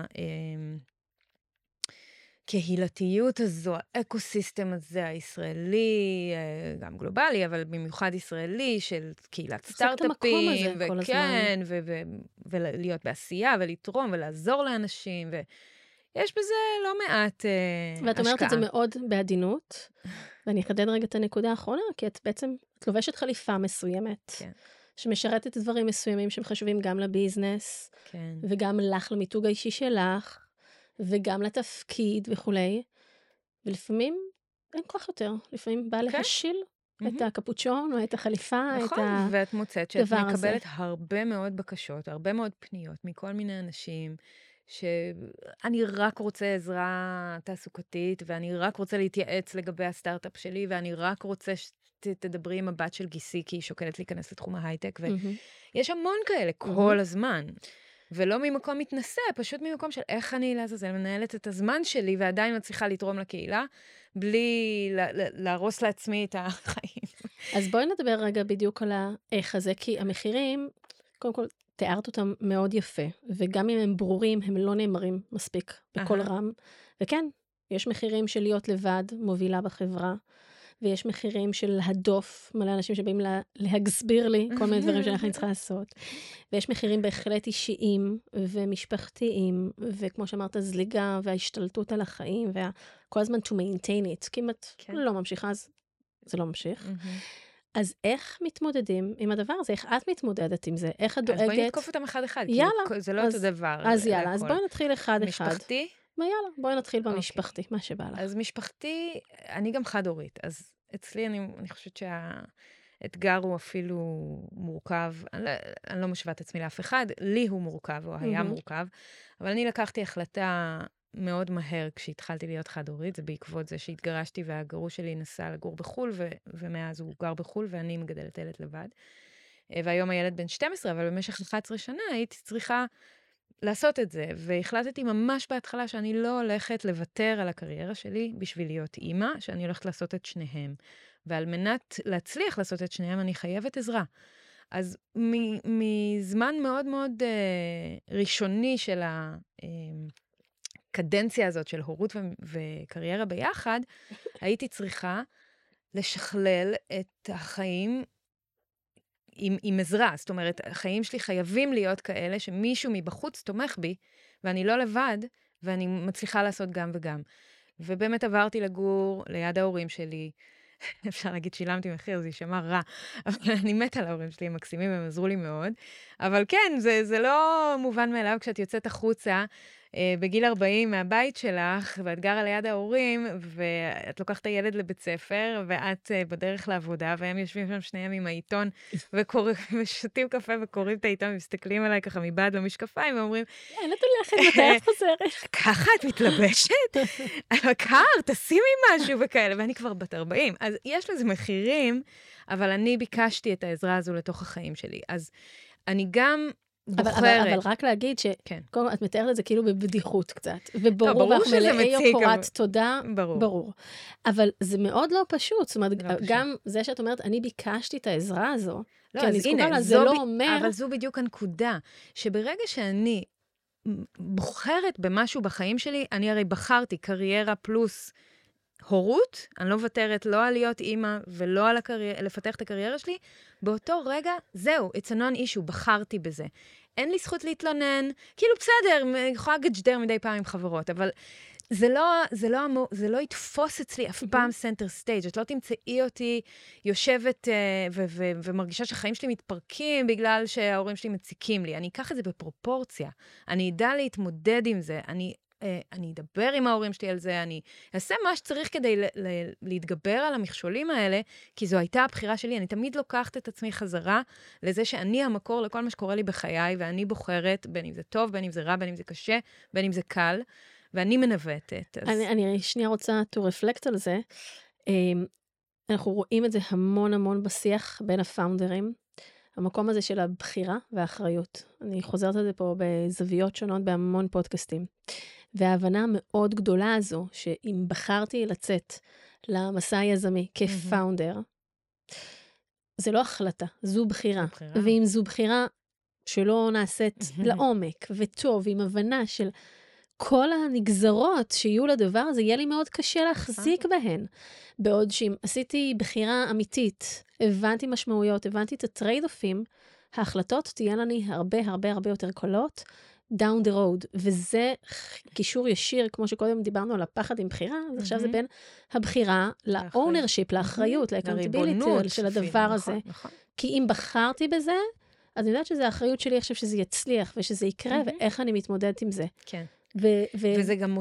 S3: הקהילתיות הזו, האקוסיסטם הזה הישראלי, גם גלובלי, אבל במיוחד ישראלי, של קהילת סטארט-אפים, וכן, ולהיות בעשייה, ולתרום, ולעזור לאנשים, ויש בזה לא מעט השקעה.
S2: ואת אומרת את זה מאוד בעדינות, ואני אחדד רגע את הנקודה האחרונה, כי את בעצם, את לובשת חליפה מסוימת,
S3: כן.
S2: שמשרתת דברים מסוימים שחשובים גם לביזנס,
S3: כן.
S2: וגם לך, למיתוג האישי שלך, וגם לתפקיד וכולי, ולפעמים אין כוח יותר, לפעמים בא להשיל את הקפוצ'ון או את החליפה, את הדבר הזה.
S3: נכון, ואת מוצאת שאת מקבלת הרבה מאוד בקשות, הרבה מאוד פניות מכל מיני אנשים, שאני רק רוצה עזרה תעסוקתית, ואני רק רוצה להתייעץ לגבי הסטארט-אפ שלי, ואני רק רוצה שתדברי עם הבת של גיסי, כי היא שוקלת להיכנס לתחום ההייטק, ויש המון כאלה כל הזמן. ולא ממקום מתנשא, פשוט ממקום של איך אני לעזאזל מנהלת את הזמן שלי, ועדיין מצליחה לתרום לקהילה, בלי להרוס לעצמי את החיים.
S2: אז בואי נדבר רגע בדיוק על האיך הזה, כי המחירים, קודם כל, תיארת אותם מאוד יפה, וגם אם הם ברורים, הם לא נאמרים מספיק בכל רם. וכן, יש מחירים של להיות לבד, מובילה בחברה, ויש מחירים של הדוף, מלא אנשים שבאים להגסביר לי כל מיני דברים שאני צריכה לעשות. ויש מחירים בהחלט אישיים ומשפחתיים, וכמו שאמרת, זליגה וההשתלטות על החיים, וכל הזמן to maintain it, כי אם את לא ממשיכה, אז זה לא ממשיך. אז איך מתמודדים עם הדבר הזה? איך את מתמודדת עם זה? איך את דואגת?
S3: אז בואי נתקוף אותם אחד-אחד, כי זה לא אותו דבר.
S2: אז יאללה, אז בואי נתחיל אחד-אחד.
S3: משפחתי?
S2: יאללה, בואי נתחיל במשפחתי, מה שבא לך.
S3: אז משפחתי, אני גם חד-הורית, אז אצלי אני חושבת שהאתגר הוא אפילו מורכב, אני לא משווה את עצמי לאף אחד, לי הוא מורכב, או היה מורכב, אבל אני לקחתי החלטה מאוד מהר כשהתחלתי להיות חד-הורית, זה בעקבות זה שהתגרשתי והגרוש שלי נסע לגור בחול, ומאז הוא גר בחול ואני מגדלת ילד לבד. והיום הילד בן 12, אבל במשך 11 שנה הייתי צריכה לעשות את זה, והחלטתי ממש בהתחלה שאני לא הולכת לוותר על הקריירה שלי בשביל להיות אימא, שאני הולכת לעשות את שניהם. ועל מנת להצליח לעשות את שניהם, אני חייבת עזרה. אז מזמן מאוד מאוד ראשוני של הקדנציה הזאת של הורות וקריירה ביחד, הייתי צריכה לשכלל את החיים עם עזרה. זאת אומרת, החיים שלי חייבים להיות כאלה שמישהו מבחוץ תומך בי, ואני לא לבד, ואני מצליחה לעשות גם וגם. ובאמת עברתי לגור ליד ההורים שלי, אפשר להגיד שילמתי מחיר, זה יישמע רע, אבל אני מתה על ההורים שלי, הם מקסימים, הם עזרו לי מאוד. אבל כן, זה לא מובן מאליו כשאת יוצאת החוצה, בגיל 40 מהבית שלך, ואת גרה ליד ההורים, ואת לוקחת את הילד לבית ספר, ואת בדרך לעבודה, והם יושבים שם שניהם עם העיתון, ושותים קפה וקוראים את העיתון, ומסתכלים עליי ככה מבעד למשקפיים, ואומרים,
S2: אין נתון לכם, מתי את חוזרת?
S3: ככה את מתלבשת? קר, תשימי משהו וכאלה, ואני כבר בת 40. אז יש לזה מחירים, אבל אני ביקשתי את העזרה הזו לתוך החיים שלי. אז אני גם בוחרת.
S2: אבל רק להגיד שאת מתארת את זה כאילו בבדיחות קצת, וברור, ואנחנו מלאי הוקרת תודה, ברור. אבל זה מאוד לא פשוט, זאת אומרת, גם זה שאת אומרת, אני ביקשתי את העזרה הזו, כי אני זקוקה לה, זה לא אומר.
S3: אבל זו בדיוק הנקודה, שברגע שאני בוחרת במשהו בחיים שלי, אני הרי בחרתי קריירה פלוס הורות, אני לא ותרת לא על להיות אימא ולא על לפתח את הקריירה שלי, באותו רגע, זהו, it's a non-issue, בחרתי בזה. אין לי זכות להתלונן, כאילו בסדר, יכולה לג'דר מדי פעם עם חברות, אבל זה לא יתפוס אצלי אף פעם סנטר סטייג', את לא תמצאי אותי יושבת ומרגישה שהחיים שלי מתפרקים בגלל שההורים שלי מציקים לי. אני אקח את זה בפרופורציה, אני אדע להתמודד עם זה, אני אדבר עם ההורים שלי על זה, אני אעשה מה שצריך כדי להתגבר על המכשולים האלה, כי זו הייתה הבחירה שלי, אני תמיד לוקחת את עצמי חזרה לזה שאני המקור לכל מה שקורה לי בחיי, ואני בוחרת, בין אם זה טוב, בין אם זה רע, בין אם זה קשה, בין אם זה קל, ואני מנווטת.
S2: אני שנייה רוצה to reflect על זה. אנחנו רואים את זה המון המון בשיח בין הפאונדרים, המקום הזה של הבחירה והאחריות. אני חוזרת על זה פה בזוויות שונות בהמון פודקאסטים. וההבנה המאוד גדולה הזו, שאם בחרתי לצאת למסע היזמי כפאונדר, זה לא החלטה, זו בחירה. ואם זו בחירה שלא נעשית לעומק וטוב, עם הבנה של כל הנגזרות שיהיו לדבר הזה, יהיה לי מאוד קשה להחזיק בהן. בעוד שאם עשיתי בחירה אמיתית, הבנתי משמעויות, הבנתי את הטרייד-אופים, ההחלטות תהיה לנו הרבה הרבה הרבה יותר קלות, down the road, וזה קישור ישיר, כמו שקודם דיברנו על הפחד עם בחירה, אז עכשיו זה בין הבחירה לאונרשיפ, לאחריות, לאקאונטביליטי של הדבר הזה. כי אם בחרתי בזה, אז אני יודעת שזו האחריות שלי עכשיו שזה יצליח, ושזה יקרה, ואיך אני מתמודדת עם זה.
S3: כן. וזה גם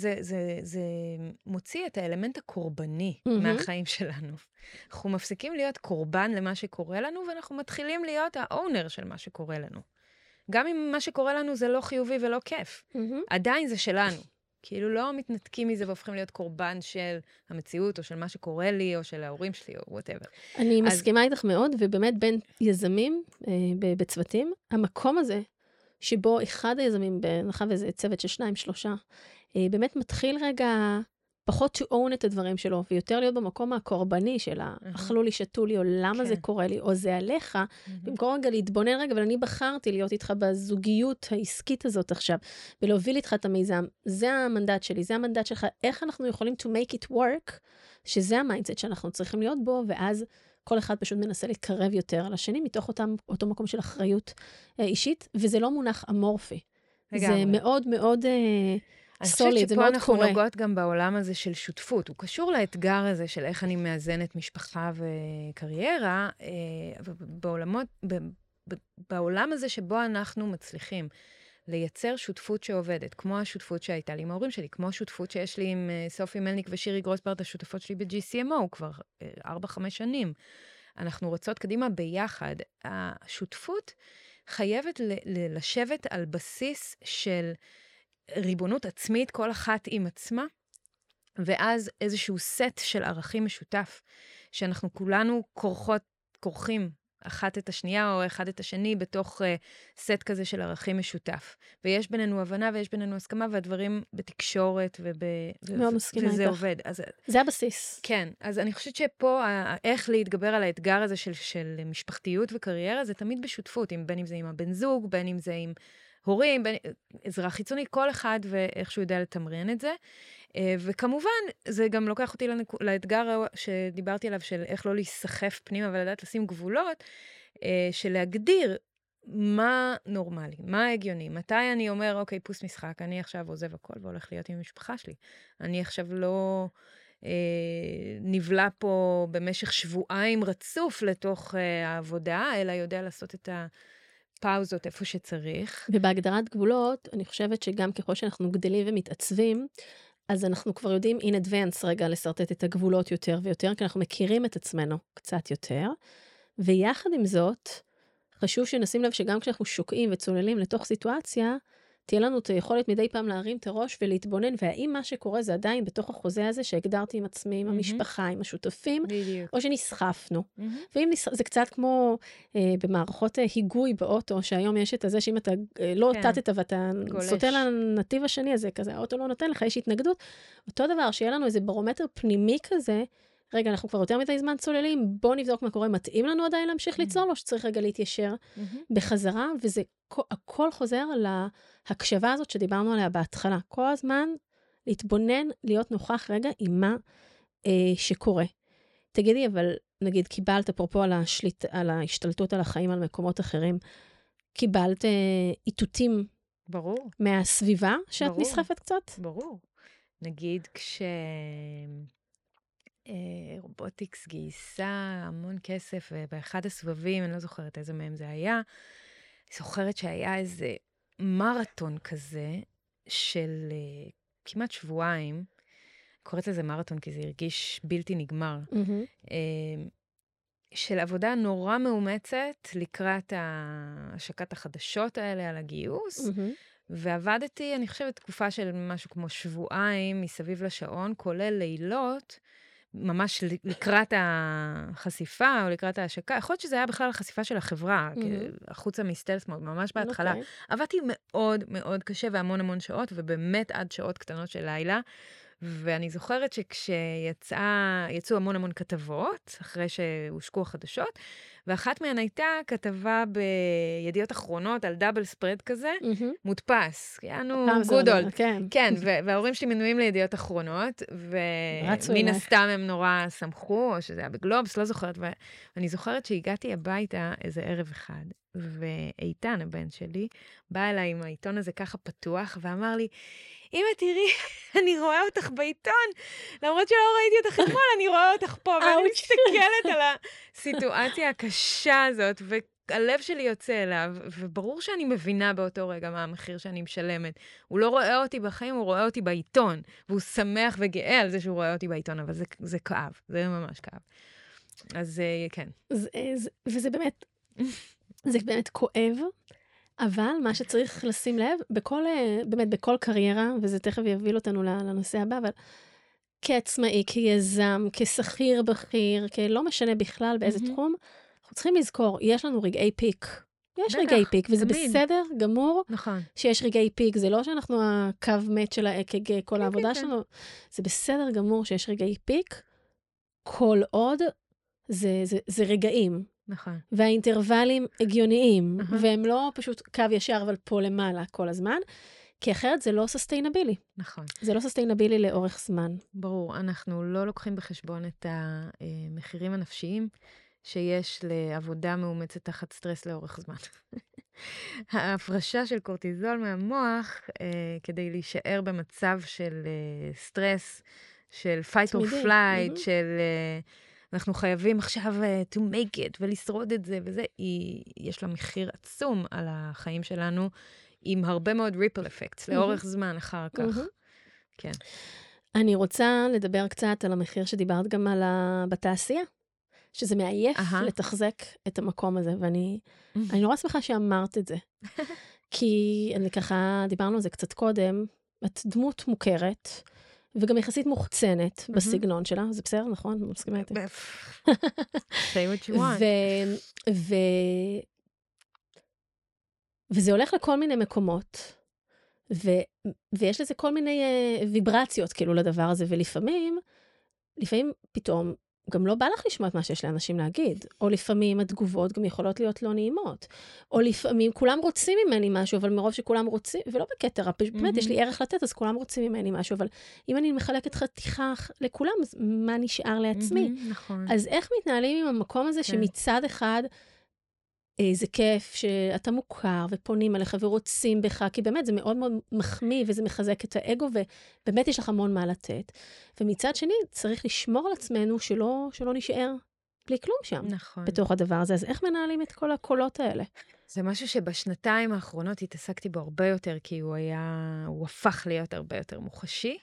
S3: מוציא את האלמנט הקורבני מהחיים שלנו. אנחנו מפסיקים להיות קורבן למה שקורה לנו, ואנחנו מתחילים להיות האונר של מה שקורה לנו. גם אם מה שקורה לנו זה לא חיובי ולא כיף. עדיין זה שלנו. כאילו לא מתנתקים מזה והופכים להיות קורבן של המציאות, או של מה שקורה לי, או של ההורים שלי, או whatever.
S2: אני מסכימה איתך מאוד, ובאמת בין יזמים בצוותים, המקום הזה, שבו אחד היזמים, בהנחה וזה צוות של 2-3, באמת מתחיל רגע פחות to own את הדברים שלו, ויותר להיות במקום הקורבני של אכלו לי, שתו לי, או למה זה קורה לי, או זה עליך, במקום רגע להתבונן רגע, אבל אני בחרתי להיות איתך בזוגיות העסקית הזאת עכשיו, ולהוביל איתך את המיזם. זה המנדט שלי, זה המנדט שלך, איך אנחנו יכולים to make it work, שזה המיינדסט שאנחנו צריכים להיות בו, ואז כל אחד פשוט מנסה להתקרב יותר על השני, מתוך אותו מקום של אחריות אישית, וזה לא מונח אמורפי. זה מאוד מאוד סוליד, זה מאוד קורה. אני חושבת שפה אנחנו
S3: נוגעות גם בעולם הזה של שותפות. הוא קשור לאתגר הזה של איך אני מאזנת משפחה וקריירה, בעולם הזה שבו אנחנו מצליחים לייצר שותפות שעובדת, כמו השותפות שהייתה לי עם ההורים שלי, כמו השותפות שיש לי עם סופי מלניק ושירי גרוסברט, השותפות שלי ב-GCMO, כבר 4-5 שנים. אנחנו רוצות קדימה ביחד. השותפות חייבת לשבת על בסיס של ריבונות עצמית, כל אחת עם עצמה, ואז איזשהו סט של ערכים משותף, שאנחנו כולנו כורכים אחת את השנייה או אחד את השני בתוך סט כזה של ערכים משותף. ויש בינינו הבנה ויש בינינו הסכמה, והדברים בתקשורת וזה עובד.
S2: זה הבסיס.
S3: כן, אז אני חושבת שפה איך להתגבר על האתגר הזה של משפחתיות וקריירה, זה תמיד בשותפות, בין אם זה עם הבן זוג, בין אם זה עם הורים, עזרה חיצונית, כל אחד ואיך שהוא יודע לתמרן את זה. וכמובן, זה גם לוקח אותי לאתגר שדיברתי עליו, של איך לא להיסחף פנימה ולדעת לשים גבולות, של להגדיר מה נורמלי, מה הגיוני, מתי אני אומר, אוקיי, פוס משחק, אני עכשיו עוזב הכל והולך להיות עם המשפחה שלי. אני עכשיו לא נבלה פה במשך שבועיים רצוף לתוך העבודה, אלא יודע לעשות את פאוזות איפה שצריך.
S2: ובהגדרת גבולות, אני חושבת שגם ככל שאנחנו גדלים ומתעצבים, אז אנחנו כבר יודעים in advance רגע לסרטט את הגבולות יותר ויותר, כי אנחנו מכירים את עצמנו קצת יותר, ויחד עם זאת, חשוב שנשים לב שגם כשאנחנו שוקעים וצוללים לתוך סיטואציה, תהיה לנו את היכולת מדי פעם להרים את הראש ולהתבונן, והאם מה שקורה זה עדיין בתוך החוזה הזה שהגדרתי עם עצמי, עם המשפחה, עם השותפים, או שנסחפנו. ואם זה קצת כמו במערכות היגוי באוטו, שהיום יש את זה שאם אתה לא תתת ואתה סוטה לנתיב השני הזה, כזה, האוטו לא נותן לך, יש התנגדות. אותו דבר, שיהיה לנו איזה ברומטר פנימי כזה, רגע, אנחנו כבר יותר מדי זמן צוללים, בוא נבדוק מה קורה, מתאים לנו עדיין להמשיך ליצול, או שצריך רגע להתיישר בחזרה, וזה הכל חוזר להקשבה הזאת שדיברנו עליה בהתחלה. כל הזמן להתבונן, להיות נוכח רגע עם מה שקורה. תגידי, אבל נגיד קיבלת אפרופו על ההשתלטות על החיים על מקומות אחרים, קיבלת איתותים
S3: ברור.
S2: מהסביבה שאת
S3: ברור.
S2: נסחפת קצת?
S3: ברור. נגיד רובוטיקס גייסה המון כסף, ובאחד הסבבים, אני לא זוכרת איזה מהם זה היה, אני זוכרת שהיה איזה מרתון כזה, של כמעט שבועיים, קוראת לזה מרתון, כי זה הרגיש בלתי נגמר, של עבודה נורא מאומצת, לקראת השקת החדשות האלה על הגיוס, ועבדתי, אני חושבת, תקופה של משהו כמו שבועיים, מסביב לשעון, כולל לילות, ממש לקראת החשיפה, או לקראת ההשקה. יכול להיות שזה היה בכלל החשיפה של החברה, החוצה מסטלס מוד, ממש בהתחלה. עבדתי מאוד מאוד קשה, והמון המון שעות, ובאמת עד שעות קטנות של לילה. ואני זוכרת שכשיצאו המון המון כתבות, אחרי שהושקו החדשות, ואחת מהן הייתה כתבה בידיעות אחרונות על דאבל ספרד כזה, מודפס, יענו גודול. כן, וההורים שלי מנויים לידיעות אחרונות, ומן הסתם הם נורא שמחו, או שזה היה בגלובס, לא זוכרת, ואני זוכרת שהגעתי הביתה איזה ערב אחד, ואיתן, הבן שלי, בא אליי עם העיתון הזה ככה פתוח, ואמר לי, אמא, תראי, אני רואה אותך בעיתון, למרות שלא ראיתי אותך אתמול, אני רואה אותך פה, ואני מסתכלת על הסיטואציה הקשה הזאת, והלב שלי יוצא אליו, וברור שאני מבינה באותו רגע מה המחיר שאני משלמת. הוא לא רואה אותי בחיים, הוא רואה אותי בעיתון, והוא שמח וגאה על זה שהוא רואה אותי בעיתון, אבל זה כאב, זה ממש כאב. אז כן.
S2: וזה באמת, זה באמת כואב, אבל מה שצריך לשים לב, באמת בכל קריירה, וזה תכף יוביל אותנו לנושא הבא, אבל כעצמאי, כיזם, כשכיר בכיר, לא משנה בכלל באיזה תחום, אנחנו צריכים לזכור, יש לנו רגעי פיק. יש רגעי פיק, וזה בסדר גמור שיש רגעי פיק. זה לא שאנחנו הקו מת של האק"ג, כל העבודה שלנו. זה בסדר גמור שיש רגעי פיק, כל עוד זה רגעים.
S3: נכון.
S2: והאינטרוולים הגיוניים, והם לא פשוט קו ישר, אבל פה למעלה כל הזמן, כי אחרת זה לא סוסטיינבילי.
S3: נכון.
S2: זה לא סוסטיינבילי לאורך זמן.
S3: ברור, אנחנו לא לוקחים בחשבון את המחירים הנפשיים שיש לעבודה מאומצת תחת סטרס לאורך זמן. ההפרשה של קורטיזול מהמוח, כדי להישאר במצב של סטרס, של fight or flight, של אנחנו חייבים עכשיו to make it ולשרוד את זה, וזה, יש לה מחיר עצום על החיים שלנו, עם הרבה מאוד ריפל אפקטס, לאורך זמן אחר כך. כן.
S2: אני רוצה לדבר קצת על המחיר שדיברת גם בתעשייה, שזה מעייף לתחזק את המקום הזה, ואני נורא שמחה שאמרת את זה. כי אני ככה, דיברנו על זה קצת קודם, את דמות מוכרת, וגם יחסית מוחצנת בסגנון שלה, זה בסדר, נכון? מסכימה איתי.
S3: Say what you want.
S2: וזה הולך לכל מיני מקומות, ויש לזה כל מיני ויברציות כאילו לדבר הזה, ולפעמים פתאום גם לא בא לך לשמוע את מה שיש לאנשים להגיד, או לפעמים התגובות גם יכולות להיות לא נעימות, או לפעמים כולם רוצים ממני משהו, אבל מרוב שכולם רוצים, ולא בקטר, באמת יש לי ערך לתת, אז כולם רוצים ממני משהו, אבל אם אני מחלקת חתיכה לכולם, אז מה נשאר לעצמי?
S3: נכון.
S2: אז איך מתנהלים עם המקום הזה שמצד אחד, זה כיף שאתה מוכר ופונים עליך ורוצים בך, כי באמת זה מאוד מאוד מחמיא וזה מחזק את האגו, ובאמת יש לך המון מה לתת. ומצד שני, צריך לשמור על עצמנו שלא נשאר בלי כלום שם.
S3: נכון.
S2: בתוך הדבר הזה. אז איך מנהלים את כל הקולות האלה?
S3: זה משהו שבשנתיים האחרונות התעסקתי בו הרבה יותר, כי הוא הפך להיות הרבה יותר מוחשי.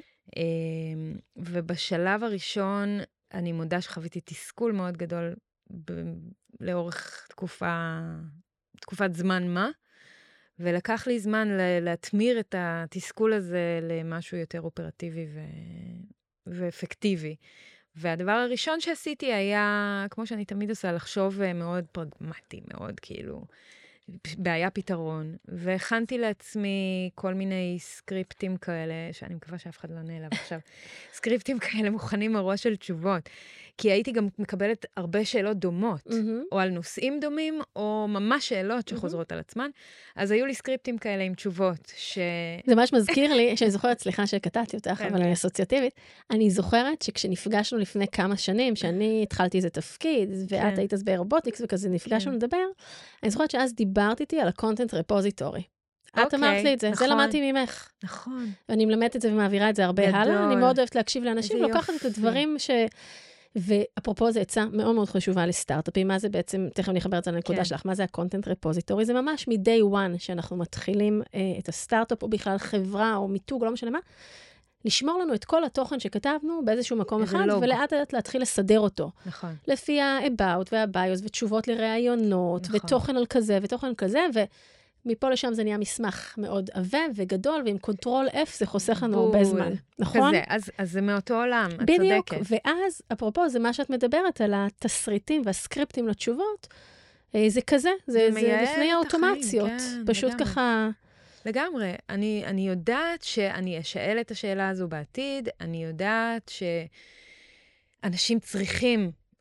S3: ובשלב הראשון, אני מודה שחוויתי תסכול מאוד גדול לאורך תקופת זמן מה, ולקח לי זמן להתמיר את התסכול הזה למשהו יותר אופרטיבי ואפקטיבי. והדבר הראשון שעשיתי היה, כמו שאני תמיד עושה, לחשוב מאוד פרגמטי, מאוד כאילו, בעיה פתרון, והכנתי לעצמי כל מיני סקריפטים כאלה, שאני מקווה שאף אחד לא נעלב עכשיו, סקריפטים כאלה מוכנים מראש של תשובות, כי הייתי גם מקבלת הרבה שאלות דומות, או על נושאים דומים, או ממש שאלות שחוזרות על עצמן, אז היו לי סקריפטים כאלה עם תשובות,
S2: זה ממש מזכיר לי, שאני זוכרת, סליחה שקטעתי אותך, אבל אני אסוציאטיבית, אני זוכרת שכשנפגשנו לפני כמה שנים, שאני התחלתי איזה תפקיד, ואת היית אז ברובוטיקס, וכזה נפגשנו לדבר, אני זוכרת שאז דיברת איתי על הקונטנט רפוזיטורי. את אמרת לי את זה, זה למדתי ממך.
S3: נכון.
S2: ואני מלמדת את זה ומעבירה את זה הרבה הלאה, אני מאוד אוהבת להקשיב לאנשים, לוקחת את הדברים ואפרופו זה עצה מאוד מאוד חשובה לסטארט-אפים, מה זה בעצם, תכף אני אחבר את זה לנקודה שלך, מה זה הקונטנט רפוזיטורי? זה ממש מ-day one שאנחנו מתחילים את הסטארט-אפ, או בכלל חברה, או מיתוג, לא משנה מה, לשמור לנו את כל התוכן שכתבנו באיזשהו מקום אחד, ולאט לאט להתחיל לסדר אותו.
S3: נכון.
S2: לפי ה-about וה-bios, ותשובות לראיונות, ותוכן על כזה, ותוכן על כזה, מפה לשם זה נהיה מסמך מאוד עבה וגדול, ועם קונטרול F זה חוסך לנו הרבה זמן, נכון?
S3: כזה, אז זה מאותו עולם, את
S2: בדיוק,
S3: צודקת.
S2: ואז, אפרופו, זה מה שאת מדברת על התסריטים והסקריפטים לתשובות, זה כזה, זה לפני האוטומציות, פשוט לגמרי. ככה...
S3: לגמרי, אני יודעת שאני אשאל את השאלה הזו בעתיד, אני יודעת שאנשים צריכים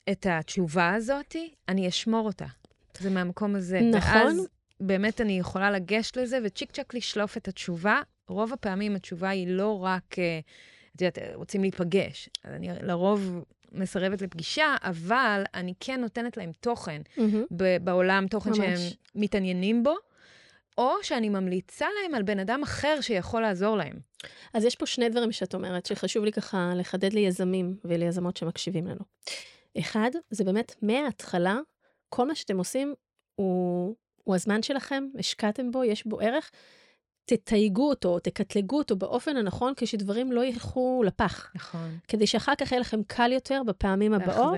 S3: את התשובה הזאת, אני אשמור אותה. זה מהמקום הזה.
S2: נכון.
S3: ואז באמת אני יכולה לגשת לזה, וצ'יק צ'ק לשלוף את התשובה. רוב הפעמים התשובה היא לא רק, את יודעת, רוצים להיפגש. אני לרוב מסרבת לפגישה, אבל אני כן נותנת להם תוכן בעולם, תוכן
S2: ממש.
S3: שהם מתעניינים בו, או שאני ממליצה להם על בן אדם אחר שיכול לעזור להם.
S2: אז יש פה שני דברים שאת אומרת, שחשוב לי ככה לחדד ליזמים וליזמות שמקשיבים לנו. אחד, זה באמת מההתחלה, כל מה שאתם עושים הוא הזמן שלכם, השקעתם בו, יש בו ערך, תתייגו אותו, תקטלגו אותו באופן הנכון, כשדברים לא ילכו לפח.
S3: נכון.
S2: כדי שאחר כך יהיה לכם קל יותר בפעמים הבאות,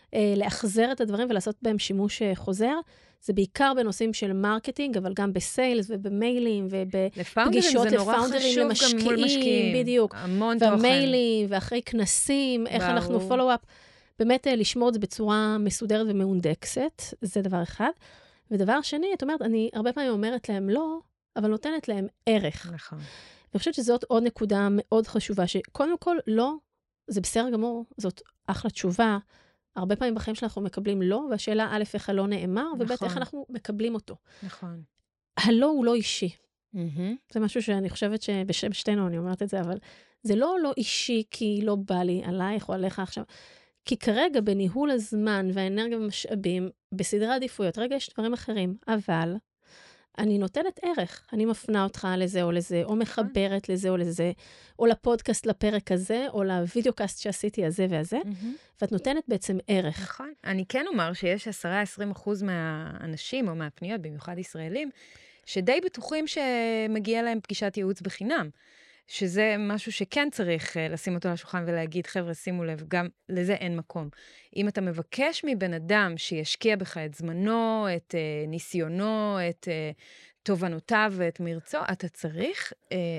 S2: לאחזר את הדברים ולעשות בהם שימוש חוזר. זה בעיקר בנושאים של מרקטינג, אבל גם בסיילס ובמיילים ובפגישות לפאונדרים למשקיעים, בדיוק.
S3: המון תוכן.
S2: והמיילים ואחרי כנסים, איך אנחנו פולו-אפ. באמת לשמור את זה בצורה מסודרת ומאונדקסת, זה דבר אחד. ודבר שני, את אומרת, אני הרבה פעמים אומרת להם לא, אבל נותנת להם ערך.
S3: נכון.
S2: אני חושבת שזאת עוד נקודה מאוד חשובה, שקודם כל לא, זה בסדר גמור, זאת אחלה תשובה. הרבה פעמים בחיים שאנחנו מקבלים לא, והשאלה א', איך הלא נאמר, וב', איך אנחנו מקבלים אותו.
S3: נכון.
S2: הלא הוא לא אישי. זה משהו שאני חושבת שבשם שתינו אני אומרת את זה, אבל זה לא אישי כי לא בא לי עלייך או עליך עכשיו. כי כרגע בניהול הזמן והאנרגיה ומשאבים, בסדרי עדיפויות, רגע יש דברים אחרים, אבל אני נותנת ערך. אני מפנה אותך לזה או לזה, או מחברת לזה או לזה, או לפודקאסט לפרק הזה, או לוידאוקאסט שעשיתי הזה והזה, ואת נותנת בעצם ערך.
S3: נכון. אני כן אומר שיש 10-20% מהאנשים או מהפניות, במיוחד ישראלים, שדי בטוחים שמגיע להם פגישת ייעוץ בחינם. שזה משהו שכן צריך לשים אותו על השולחן ולהגיד, חבר'ה, שימו לב, גם לזה אין מקום. אם אתה מבקש מבן אדם שישקיע בך את זמנו, את ניסיונו, את תובנותיו ואת מרצו, אתה צריך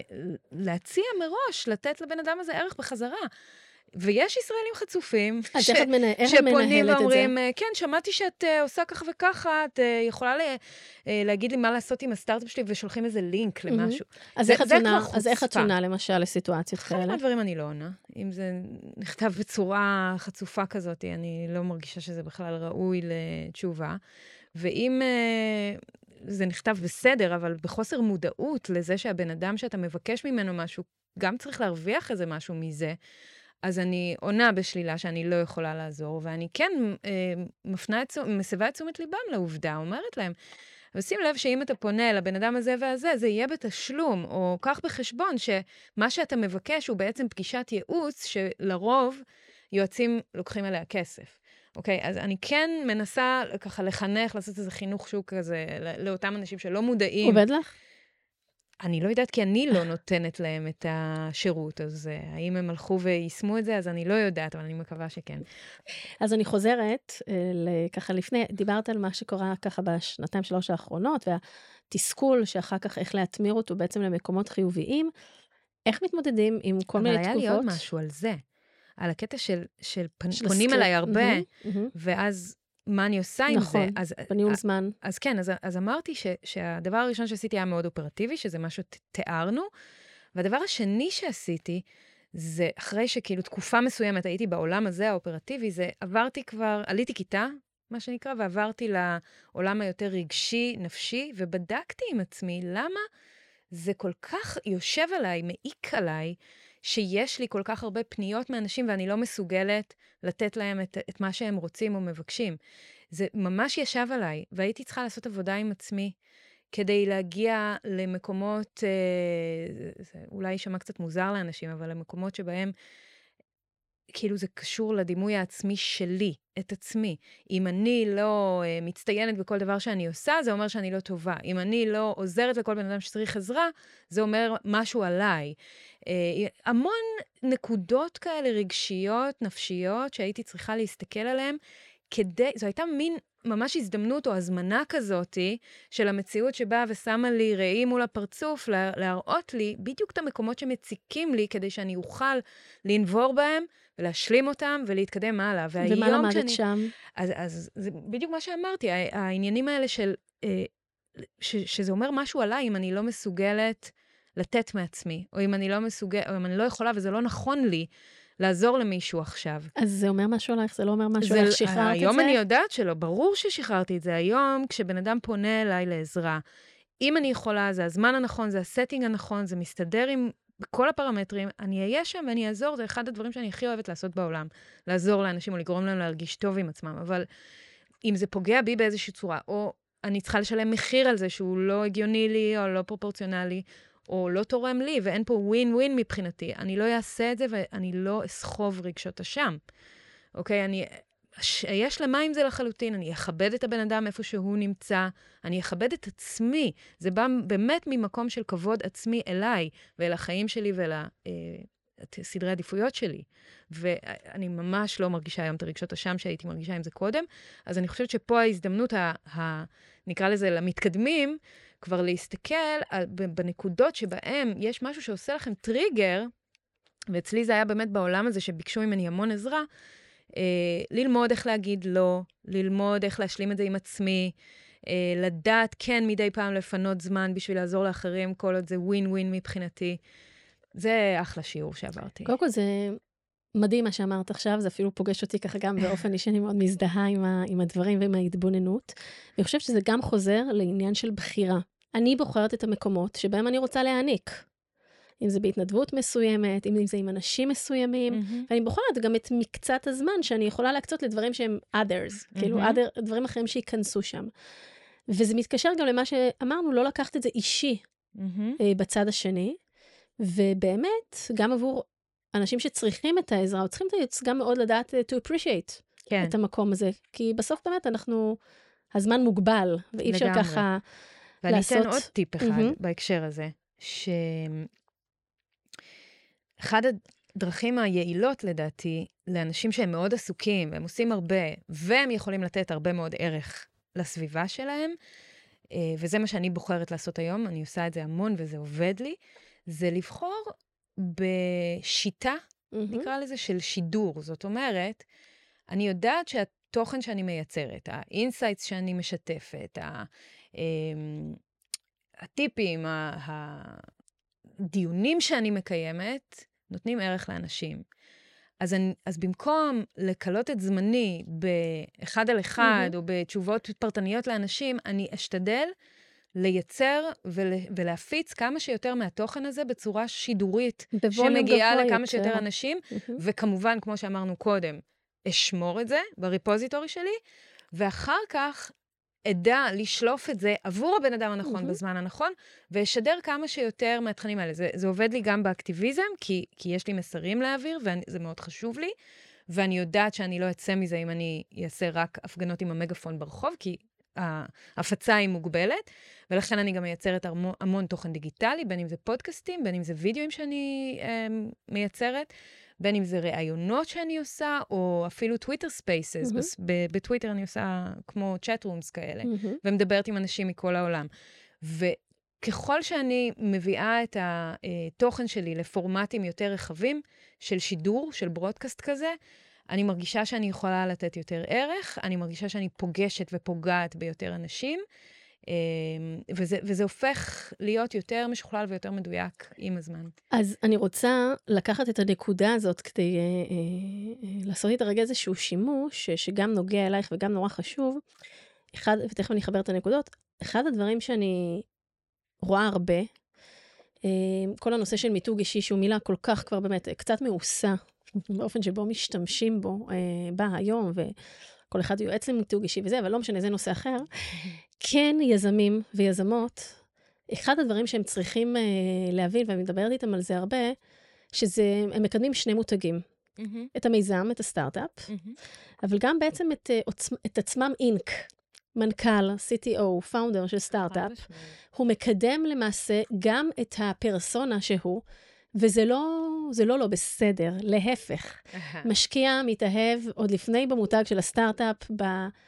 S3: להציע מראש, לתת לבן אדם הזה ערך בחזרה. ויש ישראלים חצופים שפונים ואומרים, כן, שמעתי שאת עושה ככה וככה, את יכולה להגיד לי מה לעשות עם הסטארט-אפ שלי, ושולחים איזה לינק למשהו.
S2: אז איך את עונה למשל לסיטואציות כאלה?
S3: חלק מהדברים אני לא עונה. אם זה נכתב בצורה חצופה כזאת, אני לא מרגישה שזה בכלל ראוי לתשובה. ואם זה נכתב בסדר, אבל בחוסר מודעות לזה שהבן אדם שאתה מבקש ממנו משהו, גם צריך להרוויח איזה משהו מזה, אז אני עונה בשלילה שאני לא יכולה לעזור, ואני כן מסבה את תשומת ליבם לעובדה, אומרת להם, ושים לב שאם אתה פונה לבן אדם הזה והזה, זה יהיה בתשלום, או כך בחשבון שמה שאתה מבקש הוא בעצם פגישת ייעוץ, שלרוב יועצים לוקחים עליה כסף. אוקיי, אז אני כן מנסה ככה לחנך, לעשות איזה חינוך שוק כזה, לאותם אנשים שלא מודעים.
S2: עובד לך?
S3: אני לא יודעת, כי אני לא נותנת להם את השירות, אז האם הם הלכו ויישמו את זה, אז אני לא יודעת, אבל אני מקווה שכן.
S2: אז אני חוזרת, ככה לפני, דיברת על מה שקורה ככה בשנתיים 3 האחרונות, והתסכול שאחר כך איך להטמיר אותו בעצם למקומות חיוביים, איך מתמודדים עם כל מיני תקופות?
S3: אבל היה לי עוד משהו על זה, על הקטע של פונים אליי הרבה, ואז מה אני עושה עם זה?
S2: נכון, בניהול זמן.
S3: אז כן, אז אמרתי שהדבר הראשון שעשיתי היה מאוד אופרטיבי, שזה משהו תיארנו, והדבר השני שעשיתי, זה אחרי שכאילו תקופה מסוימת הייתי בעולם הזה האופרטיבי, זה עברתי כבר, עליתי כיתה, מה שנקרא, ועברתי לעולם היותר רגשי, נפשי, ובדקתי עם עצמי למה זה כל כך יושב עליי, מעיק עליי, שיש לי כל כך הרבה פניות מאנשים, ואני לא מסוגלת לתת להם את מה שהם רוצים או מבקשים. זה ממש ישב עליי, והייתי צריכה לעשות עבודה עם עצמי, כדי להגיע למקומות, זה אולי יישמע קצת מוזר לאנשים, אבל למקומות שבהם, כאילו זה קשור לדימוי העצמי שלי, את עצמי. אם אני לא מצטיינת בכל דבר שאני עושה, זה אומר שאני לא טובה. אם אני לא עוזרת לכל בן אדם שצריך עזרה, זה אומר משהו עליי. המון נקודות כאלה רגשיות, נפשיות, שהייתי צריכה להסתכל עליהן, זו הייתה מין ממש הזדמנות או הזמנה כזאת של המציאות שבאה ושמה לי ראי מול הפרצוף, להראות לי בדיוק את המקומות שמציקים לי, כדי שאני אוכל לנבור בהם, ולהשלים אותם ולהתקדם הלאה.
S2: ומה למדת שם?
S3: אז זה בדיוק מה שאמרתי, העניינים האלה שזה אומר משהו עליי, אם אני לא מסוגלת לתת מעצמי, או אם אני לא יכולה וזה לא נכון לי, לעזור למישהו עכשיו.
S2: אז זה אומר משהו עלייך? זה לא אומר משהו עלייך? שחררת את זה?
S3: היום אני יודעת שלא, ברור ששחררתי את זה. היום, כשבן אדם פונה אליי לעזרה, אם אני יכולה, זה הזמן הנכון, זה הסטינג הנכון, זה מסתדר עם כל הפרמטרים, אני אהיה שם ואני אעזור, זה אחד הדברים שאני הכי אוהבת לעשות בעולם, לעזור לאנשים או לגרום להם להרגיש טוב עם עצמם, אבל אם זה פוגע בי באיזושהי צורה, או אני צריכה לשלם מחיר על זה שהוא לא הגיוני לי, או לא פרופורציונלי, או לא תורם לי, ואין פה ווין ווין מבחינתי, אני לא אעשה את זה, ואני לא אסחוב רגשות אשם. אוקיי? אני יש למה עם זה לחלוטין, אני אכבד את הבן אדם איפה שהוא נמצא, אני אכבד את עצמי, זה בא באמת ממקום של כבוד עצמי אליי, ואל החיים שלי ואל סדרי עדיפויות שלי. ואני ממש לא מרגישה היום את הרגשות אשם שהייתי מרגישה עם זה קודם, אז אני חושבת שפה ההזדמנות, נקרא לזה למתקדמים, כבר להסתכל בנקודות שבהם יש משהו שעושה לכם טריגר, ואצלי זה היה באמת בעולם הזה שביקשו ממני המון עזרה, ללמוד איך להגיד לא, ללמוד איך להשלים את זה עם עצמי, לדעת כן מדי פעם לפנות זמן בשביל לעזור לאחרים, כל עוד זה ווין ווין מבחינתי. זה אחלה שיעור שעברתי.
S2: קודם כל זה מדהים מה שאמרת עכשיו, זה אפילו פוגש אותי ככה גם באופן אישי, אני מאוד מזדהה עם הדברים ועם ההתבוננות. אני חושבת שזה גם חוזר לעניין של בחירה. אני בוחרת את המקומות שבהם אני רוצה להעניק. אם זה בהתנדבות מסוימת, אם זה עם אנשים מסוימים, ואני בוחרת גם את מקצת הזמן שאני יכולה להקצות לדברים שהם others, כאילו דברים אחרים שיכנסו שם. וזה מתקשר גם למה שאמרנו, לא לקחת את זה אישי בצד השני, ובאמת, גם עבור אנשים שצריכים את העזרה, או צריכים את העזרה, גם מאוד לדעת to appreciate את המקום הזה, כי בסוף באמת הזמן מוגבל, ואי אפשר ככה לעשות.
S3: ואני אתן עוד טיפ אחד בהקשר הזה, אחד הדרכים היעילות לדעתי, לאנשים שהם מאוד עסוקים, והם עושים הרבה, והם יכולים לתת הרבה מאוד ערך לסביבה שלהם, וזה מה שאני בוחרת לעשות היום, אני עושה את זה המון וזה עובד לי, זה לבחור בשיטה, נקרא לזה, של שידור. זאת אומרת, אני יודעת שהתוכן שאני מייצרת, האינסייטס שאני משתפת, הטיפים, הדיונים שאני מקיימת, נותנים ערך לאנשים. אז במקום לקלות את זמני באחד על אחד, או בתשובות פרטניות לאנשים, אני אשתדל לייצר ולהפיץ כמה שיותר מהתוכן הזה בצורה שידורית, שמגיעה לכמה שיותר אנשים, וכמובן, כמו שאמרנו קודם, אשמור את זה בריפוזיטורי שלי, ואחר כך אדע לשלוף את זה עבור הבן אדם הנכון בזמן הנכון, ואשדר כמה שיותר מהתכנים האלה. זה עובד לי גם באקטיביזם, כי יש לי מסרים להעביר, וזה מאוד חשוב לי, ואני יודעת שאני לא אצא מזה אם אני אעשה רק הפגנות עם המגפון ברחוב, כי ההפצה היא מוגבלת, ולכן אני גם מייצרת המון תוכן דיגיטלי, בין אם זה פודקאסטים, בין אם זה וידאוים שאני מייצרת, בין אם זה ראיונות שאני עושה, או אפילו טוויטר ספייסס, בטוויטר אני עושה כמו צ'אט רומס כאלה, ומדברת עם אנשים מכל העולם. וככל שאני מביאה את התוכן שלי לפורמטים יותר רחבים, של שידור, של ברודקאסט כזה, אני מרגישה שאני יכולה לתת יותר ערך, אני מרגישה שאני פוגשת ופוגעת ביותר אנשים, וזה הופך להיות יותר משוכלל ויותר מדויק עם הזמן.
S2: אז אני רוצה לקחת את הנקודה הזאת כדי לעשות איתה רגע איזשהו שימוש, שגם נוגע אלייך וגם נורא חשוב, ותכף אני אחבר את הנקודות, אחד הדברים שאני רואה הרבה, כל הנושא של מיתוג אישי, שהוא מילה כל כך כבר באמת קצת מעושה, באופן שבו משתמשים בו היום, וכל אחד יועץ למיתוג אישי וזה, אבל לא משנה, זה נושא אחר. כן, יזמים ויזמות, אחד הדברים שהם צריכים להבין, ואני מדברת איתם על זה הרבה, הם מקדמים שני מותגים. את המיזם, את הסטארט-אפ, אבל גם בעצם את עצמם אינק, מנכ"ל, CTO, פאונדר של סטארט-אפ, הוא מקדם למעשה גם את הפרסונה שהוא, וזה לא בסדר, להפך. משקיע, מתאהב, עוד לפני במותג של הסטארט-אפ,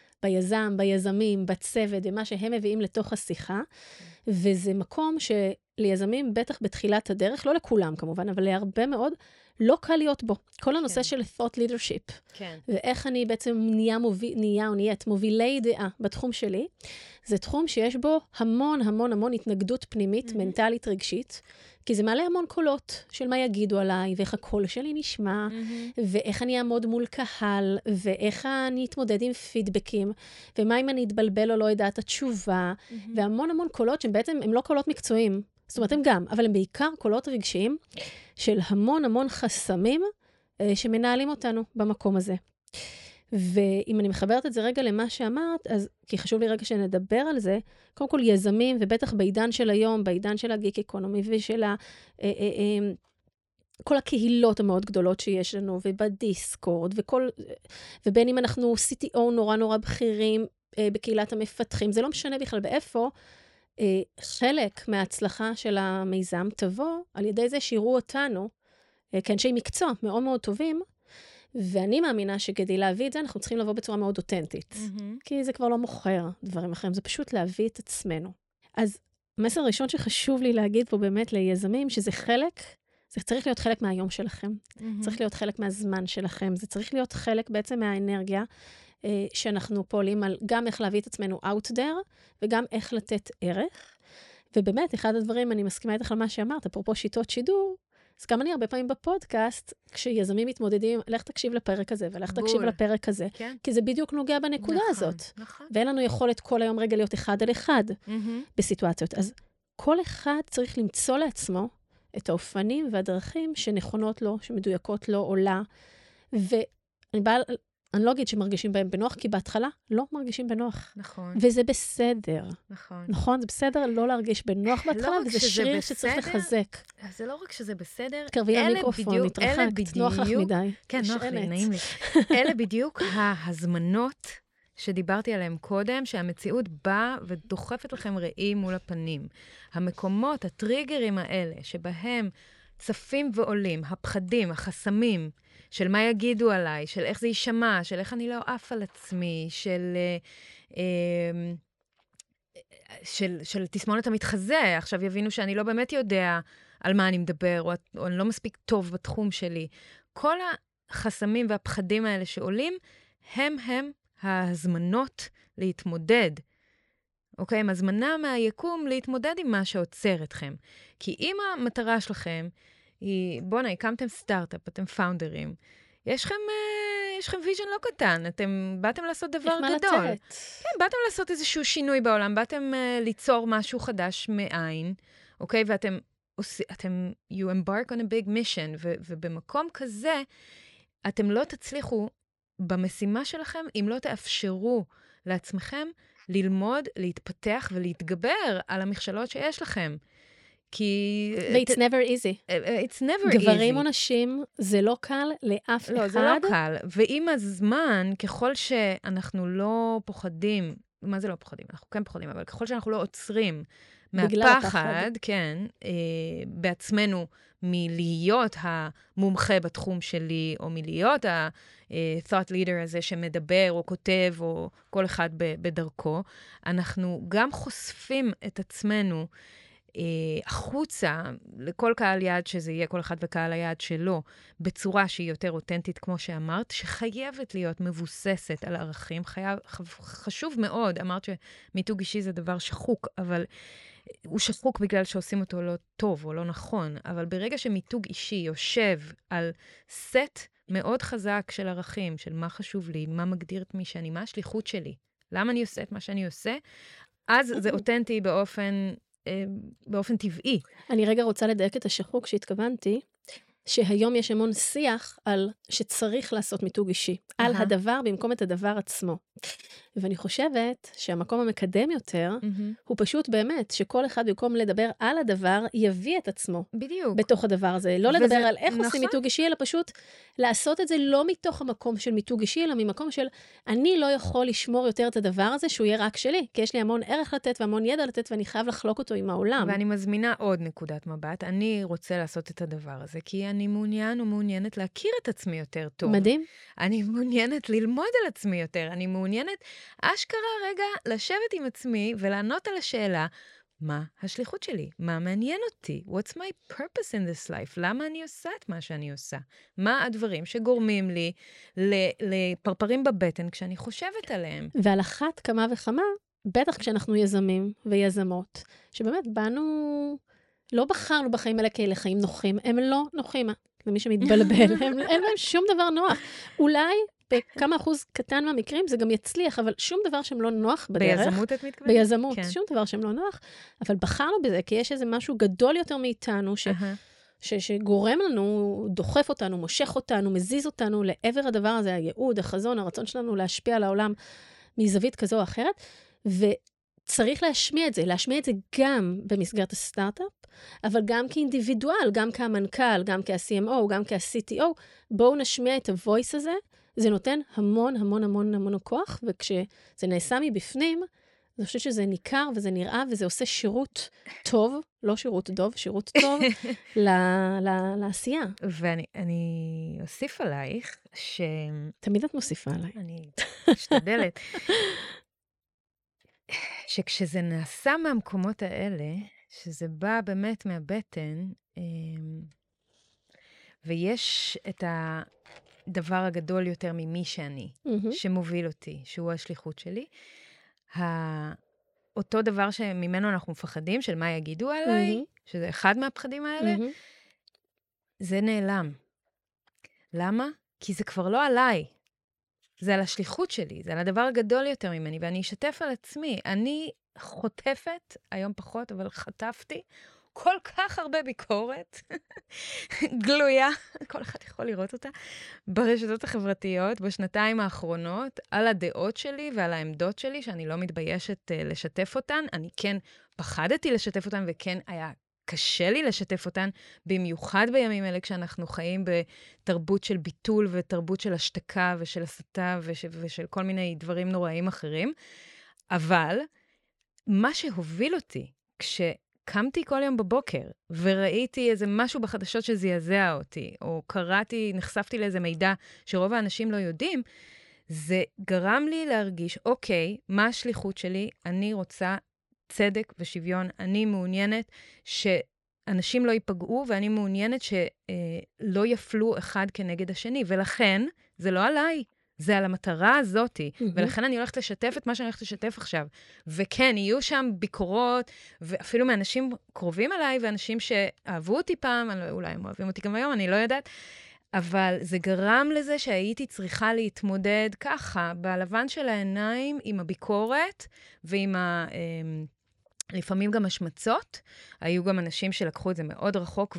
S2: ביזם, ביזמים, בצוות, ומה שהם מביאים לתוך השיחה, וזה מקום ליזמים, בטח בתחילת הדרך, לא לכולם כמובן, אבל להרבה מאוד, לא קל להיות בו. כל הנושא של thought leadership, ואיך אני בעצם נהיית מובילי דעה בתחום שלי, זה תחום שיש בו המון המון המון התנגדות פנימית, מנטלית, רגשית, כי זה מעלה המון קולות של מה יגידו עליי, ואיך הקול שלי נשמע, ואיך אני אעמוד מול קהל, ואיך אני אתמודד עם פידבקים, ומה אם אני אתבלבל או לא יודעת התשובה, והמון המון קולות שהם בעצם, הם לא קולות מקצועיים, זאת אומרת, הם גם, אבל הם בעיקר קולות רגשיים, של המון המון חסמים, שמנהלים אותנו במקום הזה. ואם אני מחברת את זה רגע למה שאמרת, אז כי חשוב לי רגע שנדבר על זה, קודם כל יזמים, ובטח בעידן של היום, בעידן של הגיק אקונומי, ושל כל הקהילות המאוד גדולות שיש לנו, ובדיסקורד, ובין אם אנחנו CTO נורא נורא בכירים, בקהילת המפתחים, זה לא משנה בכלל באיפה, חלק מההצלחה של המיזם תבוא, על ידי זה שיראו אותנו, כאנשי מקצוע מאוד מאוד טובים, ואני מאמינה שכדי להביא את זה, אנחנו צריכים לבוא בצורה מאוד אותנטית. כי זה כבר לא מוכר דברים אחרים, זה פשוט להביא את עצמנו. אז המסר הראשון שחשוב לי להגיד פה באמת ליזמים, שזה חלק, זה צריך להיות חלק מהיום שלכם. צריך להיות חלק מהזמן שלכם. זה צריך להיות חלק בעצם מהאנרגיה, שאנחנו פועלים על גם איך להביא את עצמנו out there, וגם איך לתת ערך. ובאמת, אחד הדברים, אני מסכימה איתך על מה שאמרת, אפרופו שיטות שידור, אז גם אני הרבה פעמים בפודקאסט, כשיזמים מתמודדים, לך תקשיב לפרק הזה, ולך תקשיב לפרק הזה, כי זה בדיוק נוגע בנקודה הזאת. ואין לנו יכולת כל היום רגע להיות אחד על אחד בסיטואציות. אז כל אחד צריך למצוא לעצמו את האופנים והדרכים שנכונות לו, שמדויקות לו, עולה. אני לא אגיד שמרגישים בהם בנוח, כי בהתחלה לא מרגישים בנוח.
S3: נכון.
S2: וזה בסדר.
S3: נכון.
S2: נכון, זה בסדר לא להרגיש בנוח בהתחלה, וזה שריר שצריך לחזק.
S3: זה לא רק שזה בסדר,
S2: קרבי למיקרופון, מתרחקת, נוח לך מדי.
S3: כן, נוח לי, נעים לי. אלה בדיוק ההזמנות שדיברתי עליהם קודם, שהמציאות באה ודוחפת לכם ראי מול הפנים. המקומות, הטריגרים האלה, שבהם צפים ועולים, הפחדים, החסמים, של מה יגידו עליי, של איך זה יישמע, של איך אני לא עף על עצמי, של תסמונת המתחזה. עכשיו יבינו שאני לא באמת יודע על מה אני מדבר, או אני לא מספיק טוב בתחום שלי. כל החסמים והפחדים האלה שעולים, הם ההזמנות להתמודד. אוקיי? הם הזמנה מהיקום להתמודד עם מה שעוצר אתכם. כי אם המטרה שלכם היא, בוא'נה, הקמתם סטארט-אפ, אתם פאונדרים, יש לכם ויז'ן לא קטן, אתם באתם לעשות דבר גדול. כן, באתם לעשות איזשהו שינוי בעולם, באתם ליצור משהו חדש מאין, אוקיי? ואתם, you embark on a big mission, ובמקום כזה, אתם לא תצליחו במשימה שלכם, אם לא תאפשרו לעצמכם ללמוד, להתפתח ולהתגבר על המכשלות שיש לכם. כי
S2: It's never easy.
S3: It's never easy.
S2: גברים או נשים, זה לא קל לאף אחד.
S3: לא, זה לא קל. ועם הזמן, ככל שאנחנו לא פוחדים, מה זה לא פוחדים? אנחנו כן פוחדים, אבל ככל שאנחנו לא עוצרים מהפחד, כן, בעצמנו, מלהיות המומחה בתחום שלי, או מלהיות ה-thought leader הזה שמדבר או כותב, או כל אחד בדרכו, אנחנו גם חושפים את עצמנו החוצה לכל קהל יעד שזה יהיה, כל אחד וקהל היעד שלו, בצורה שהיא יותר אותנטית, כמו שאמרת, שחייבת להיות מבוססת על ערכים. חשוב מאוד, אמרת שמיתוג אישי זה דבר שחוק, אבל הוא שחוק בגלל שעושים אותו לא טוב או לא נכון, אבל ברגע שמיתוג אישי יושב על סט מאוד חזק של ערכים, של מה חשוב לי, מה מגדיר את מי שאני, מה השליחות שלי, למה אני עושה את מה שאני עושה, אז זה אותנטי באופן טבעי.
S2: אני רגע רוצה לדייק את השחוק שהתכוונתי, שהיום יש המון שיח על שצריך לעשות מיתוג אישי, על הדבר במקום את הדבר עצמו. ואני חושבת שהמקום המקדם יותר, הוא פשוט באמת שכל אחד במקום לדבר על הדבר, יביא את עצמו.
S3: בדיוק.
S2: בתוך הדבר הזה. לא לדבר על איך עושים מיתוג אישי, אלא פשוט לעשות את זה לא מתוך המקום של מיתוג אישי, אלא ממקום של אני לא יכול לשמור יותר את הדבר הזה, שהוא יהיה רק שלי, כי יש לי המון ערך לתת והמון ידע לתת, ואני חייב לחלוק אותו עם העולם.
S3: ואני מזמינה עוד נקודת מבט. אני רוצה לעשות את הדבר הזה, כי אני מעוניין ומעוניינת להכיר את עצמי יותר טוב.
S2: מדהים.
S3: אני מעוניינת ללמוד על עצמי יותר. אני מעוניינת אשכרה רגע לשבת עם עצמי ולענות על השאלה, מה השליחות שלי? מה מעניין אותי? What's my purpose in this life? למה אני עושה את מה שאני עושה? מה הדברים שגורמים לי לפרפרים בבטן כשאני חושבת עליהם?
S2: ועל אחת כמה וכמה, בטח כשאנחנו יזמים ויזמות, שבאמת לא בחרנו בחיים האלה כאלה חיים נוחים, הם לא נוחים, למי שמתבלבל, אין להם שום דבר נוח. אולי בכמה אחוז קטן מהמקרים זה גם יצליח, אבל שום דבר שהם לא נוח בדרך.
S3: ביזמות את מתכוונת?
S2: ביזמות, כן. שום דבר שהם לא נוח, אבל בחרנו בזה, כי יש איזה משהו גדול יותר מאיתנו, שגורם לנו, דוחף אותנו, מושך אותנו, מזיז אותנו לעבר הדבר הזה, הייעוד, החזון, הרצון שלנו להשפיע על העולם מזווית כזו או אחרת, וצריך להשמיע את זה גם במסגרת הסטארט-אפ, אבל גם כאינדיבידואל, גם כמנכ"ל, גם כ-CMO, גם כ-CTO, בואו נשמיע את ה-voice הזה, זה נותן המון המון המון המון כוח, וכשזה נעשה מבפנים, אני חושבת שזה ניכר וזה נראה, וזה עושה שירות טוב, לא שירות דוב, שירות טוב לעשייה.
S3: ואני אוסיף עלייך,
S2: תמיד את מוסיפה עליי.
S3: אני משתדלת. שכשזה נעשה מהמקומות האלה, שזה בא באמת מהבטן, ויש את הדבר הגדול יותר ממי שאני, שמוביל אותי, שהוא השליחות שלי, אותו דבר שממנו אנחנו מפחדים, של מה יגידו עליי, שזה אחד מהפחדים האלה, זה נעלם. למה? כי זה כבר לא עליי. זה על השליחות שלי, זה על הדבר הגדול יותר ממני, ואני אשתף על עצמי. אני חוטפת, היום פחות, אבל חטפתי כל כך הרבה ביקורת גלויה, כל אחד יכול לראות אותה, ברשתות החברתיות, בשנתיים האחרונות, על הדעות שלי ועל העמדות שלי, שאני לא מתביישת לשתף אותן. אני כן פחדתי לשתף אותן, וכן היה קשה לי לשתף אותן, במיוחד בימים אלה, כשאנחנו חיים בתרבות של ביטול, ותרבות של השתקה, ושל הסתה, ושל כל מיני דברים נוראים אחרים. אבל מה שהוביל אותי, קמתי כל יום בבוקר, וראיתי איזה משהו בחדשות שזעזע אותי, או קראתי, נחשפתי לאיזה מידע שרוב האנשים לא יודעים, זה גרם לי להרגיש, אוקיי, מה השליחות שלי? אני רוצה צדק ושוויון, אני מעוניינת שאנשים לא ייפגעו, ואני מעוניינת שלא יפלו אחד כנגד השני, ולכן זה לא עליי. זה על המטרה הזאת, ולכן אני הולכת לשתף את מה שאני הולכת לשתף עכשיו. וכן, יהיו שם ביקורות, ואפילו מאנשים קרובים אליי, ואנשים שאהבו אותי פעם, אולי הם אוהבים אותי גם היום, אני לא יודעת, אבל זה גרם לזה שהייתי צריכה להתמודד ככה, בלבן של העיניים, עם הביקורת, ועם לפעמים גם השמצות. היו גם אנשים שלקחו את זה מאוד רחוק,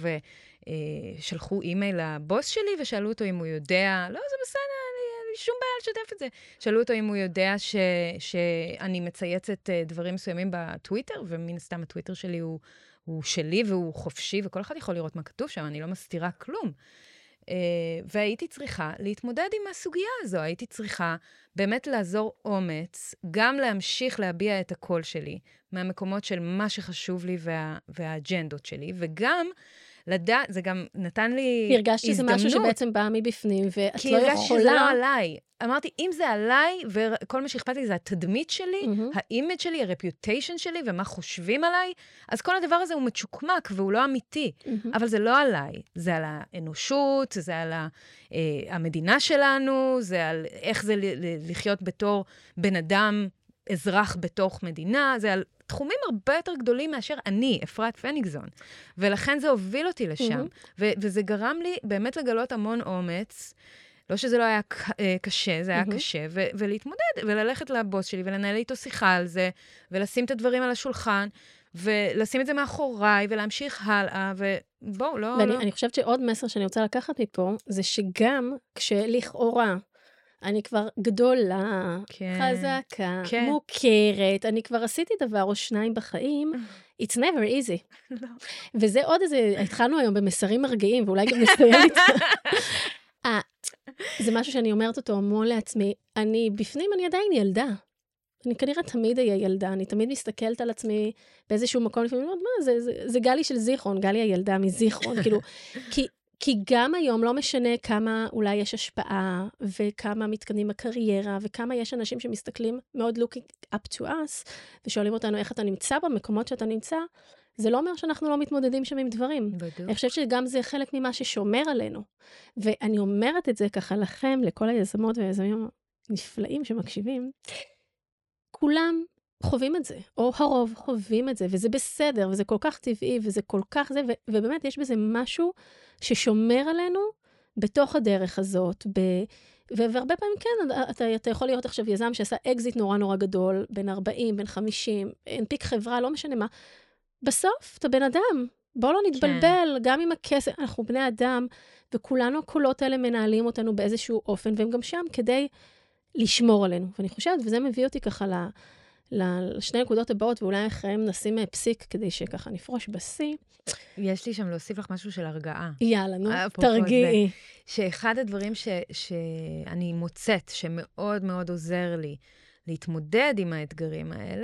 S3: ושלחו אימייל לבוס שלי, ושאלו אותו אם הוא יודע, לא, זה בסדר, שום בעיה לשתף את זה. שאלו אותו אם הוא יודע שאני מצייצת דברים מסוימים בטוויטר, ומן הסתם הטוויטר שלי הוא שלי והוא חופשי, וכל אחד יכול לראות מה כתוב שם, אני לא מסתירה כלום. והייתי צריכה להתמודד עם הסוגיה הזו, הייתי צריכה באמת לעזור אומץ, גם להמשיך להביע את הקול שלי, מהמקומות של מה שחשוב לי והאג'נדות שלי, וגם לדעת, זה גם נתן לי הזדמנות. הרגשת שזה משהו
S2: שבעצם בא מבפנים, ואת לא יכולה.
S3: כי הרגשתי שזה לא עליי. אמרתי, אם זה עליי, וכל מה שאכפת לי זה התדמית שלי, האימג' שלי, הרפיוטיישן שלי, ומה חושבים עליי, אז כל הדבר הזה הוא מצ'וקמק, והוא לא אמיתי. אבל זה לא עליי. זה על האנושות, זה על המדינה שלנו, זה על איך זה לחיות בתור בן אדם, אזרח בתוך מדינה, זה על תחומים הרבה יותר גדולים מאשר אני, אפרת פניגזון. ולכן זה הוביל אותי לשם. וזה גרם לי באמת לגלות המון אומץ, לא שזה לא היה קשה, זה היה קשה, ולהתמודד, וללכת לבוס שלי, ולנהל איתו שיחה על זה, ולשים את הדברים על השולחן, ולשים את זה מאחוריי, ולהמשיך הלאה, ובואו, לא...
S2: ואני חושבת שעוד מסר שאני רוצה לקחת מפה, זה שגם כשלכאורה, אני כבר גדולה, חזקה, מוכרת, אני כבר עשיתי דבר או שניים בחיים, it's never easy. וזה עוד איזה, התחלנו היום במסרים מרגיעים, ואולי גם נסיים איתה. זה משהו שאני אומרת אותו המון לעצמי, בפנים אני עדיין ילדה. אני כנראה תמיד אהיה ילדה, אני תמיד מסתכלת על עצמי באיזשהו מקום, לפעמים, מה, זה גלי של זיכרון, גלי הילדה מזיכרון, כאילו, כי גם היום לא משנה כמה אולי יש השפעה, וכמה מתקדמים בקריירה, וכמה יש אנשים שמסתכלים מאוד looking up to us, ושואלים אותנו איך אתה נמצא במקומות שאתה נמצא, זה לא אומר שאנחנו לא מתמודדים שם עם דברים.
S3: בדיוק.
S2: אני חושבת שגם זה חלק ממה ששומר עלינו. ואני אומרת את זה ככה לכם, לכל היזמות והיזמים הנפלאים שמקשיבים, כולם חווים את זה, או הרוב חווים את זה, וזה בסדר, וזה כל כך טבעי, וזה כל כך זה, ובאמת יש בזה משהו ששומר עלינו בתוך הדרך הזאת, והרבה פעמים כן, אתה יכול להיות עכשיו יזם שעשה אקזיט נורא נורא גדול, בין 40, בין 50, הנפיק חברה, לא משנה מה. בסוף, אתה בן אדם, בוא לא נתבלבל, גם עם הכסף, אנחנו בני אדם, וכולנו הקולות האלה מנהלים אותנו באיזשהו אופן, והם גם שם כדי לשמור עלינו. ואני חושבת, וזה מביא אותי ככה לשני נקודות הבאות, ואולי אחריהם נשים פסיק, כדי שככה נפרוש בשיא.
S3: יש לי שם להוסיף לך משהו של הרגעה.
S2: יאללה, נו, תרגיעי.
S3: שאחד הדברים שאני מוצאת, שמאוד מאוד עוזר לי, להתמודד עם האתגרים האלה,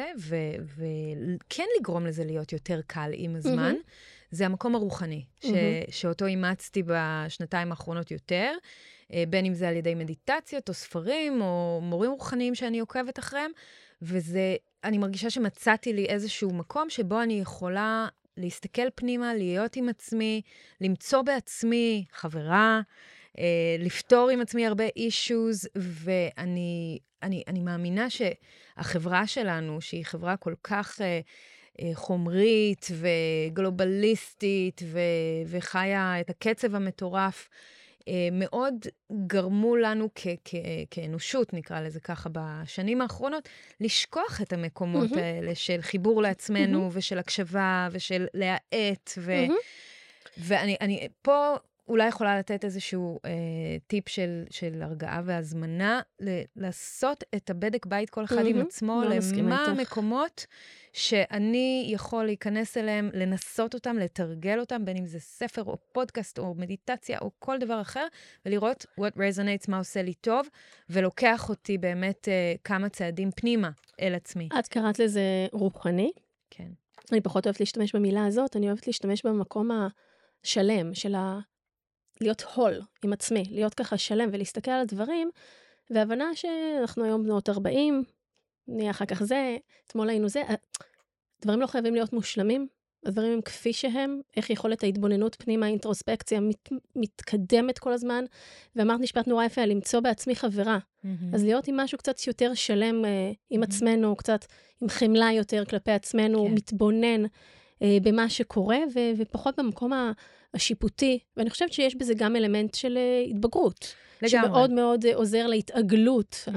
S3: וכן לגרום לזה להיות יותר קל עם הזמן, זה המקום הרוחני, שאותו אימצתי בשנתיים האחרונות יותר, בין אם זה על ידי מדיטציות או ספרים, או מורים רוחניים שאני עוקבת אחריהם, וזה, אני מרגישה שמצאתי לי איזשהו מקום שבו אני יכולה להסתכל פנימה, להיות עם עצמי, למצוא בעצמי חברה, לפתור עם עצמי הרבה issues, ואני מאמינה שהחברה שלנו, שהיא חברה כל כך חומרית וגלובליסטית, וחיה את הקצב המטורף, מאוד גרמו לנו כאנושות, נקרא לזה ככה, בשנים האחרונות, לשכוח את המקומות האלה של חיבור לעצמנו, ושל הקשבה, ושל להאט, ואני פה אולי יכולה לתת איזשהו טיפ של הרגעה והזמנה, לעשות את הבדק בית כל אחד עם עצמו, למה המקומות שאני יכול להיכנס אליהם, לנסות אותם, לתרגל אותם, בין אם זה ספר או פודקאסט או מדיטציה או כל דבר אחר, ולראות what resonates, מה עושה לי טוב, ולוקח אותי באמת כמה צעדים פנימה אל עצמי.
S2: את קראת לזה רוחני?
S3: כן.
S2: אני פחות אוהבת להשתמש במילה הזאת, אני אוהבת להשתמש במקום השלם של להיות הול עם עצמי, להיות ככה שלם ולהסתכל על הדברים, והבנה שאנחנו היום בנות 40, נהיה אחר כך זה, אתמול היינו זה, דברים לא חייבים להיות מושלמים, הדברים הם כפי שהם, איך יכולת ההתבוננות פנימה, האינטרוספקציה, מתקדמת כל הזמן, ואמרת משפט נורא יפה, למצוא בעצמי חברה, אז להיות עם משהו קצת יותר שלם עם עצמנו, קצת עם חמלה יותר כלפי עצמנו, מתבונן במה שקורה, ופחות במקום השיפוטי, ואני חושבת שיש בזה גם אלמנט של התבגרות, שמאוד מאוד עוזר להתעגלות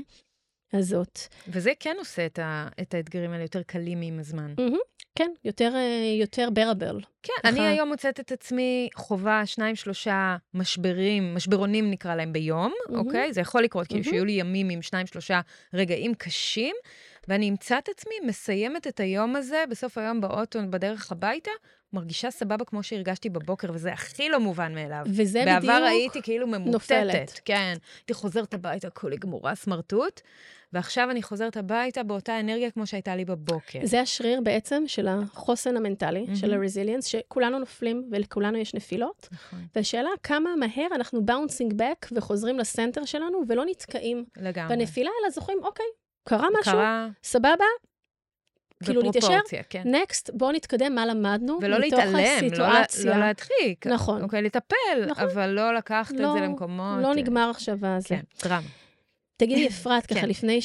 S2: הזאת.
S3: וזה כן עושה את האתגרים האלה יותר קלים עם הזמן.
S2: כן, יותר ברבל.
S3: כן, אני היום מוצאת את עצמי חובה 2-3 משברונים נקרא להם ביום, אוקיי? זה יכול לקרות, כאילו שיהיו לי ימים עם 2-3 רגעים קשים, ואני אמצא את עצמי, מסיימת את היום הזה, בסוף היום באוטו, בדרך הביתה, מרגישה סבבה כמו שהרגשתי בבוקר, וזה הכי לא מובן מאליו.
S2: וזה
S3: בעבר
S2: בדיוק
S3: הייתי כאילו ממוטטת.
S2: נופלת.
S3: כן, הייתי חוזרת הביתה, כולי גמורה, סמרטוט, ועכשיו אני חוזרת הביתה באותה אנרגיה כמו שהייתה לי בבוקר.
S2: זה השריר בעצם של החוסן המנטלי, של הרזיליאנס, שכולנו נופלים ולכולנו יש נפילות.
S3: נכון.
S2: והשאלה כמה מהר אנחנו bouncing back וחוזרים לסנטר שלנו, ולא נתקעים
S3: לגמרי.
S2: בנפילה, אלא זוכרים, אוקיי, קרה משהו, סבבה, כאילו להתיישר,
S3: כן.
S2: נקסט, בואו נתקדם מה למדנו,
S3: ולא להתעלם, לא להדחיק.
S2: נכון.
S3: אוקיי, לטפל,
S2: נכון.
S3: אבל לא לקחת את זה למקומות.
S2: לא נגמר עכשיו הזה.
S3: כן, דרמה.
S2: תגידי, אפרת, ככה,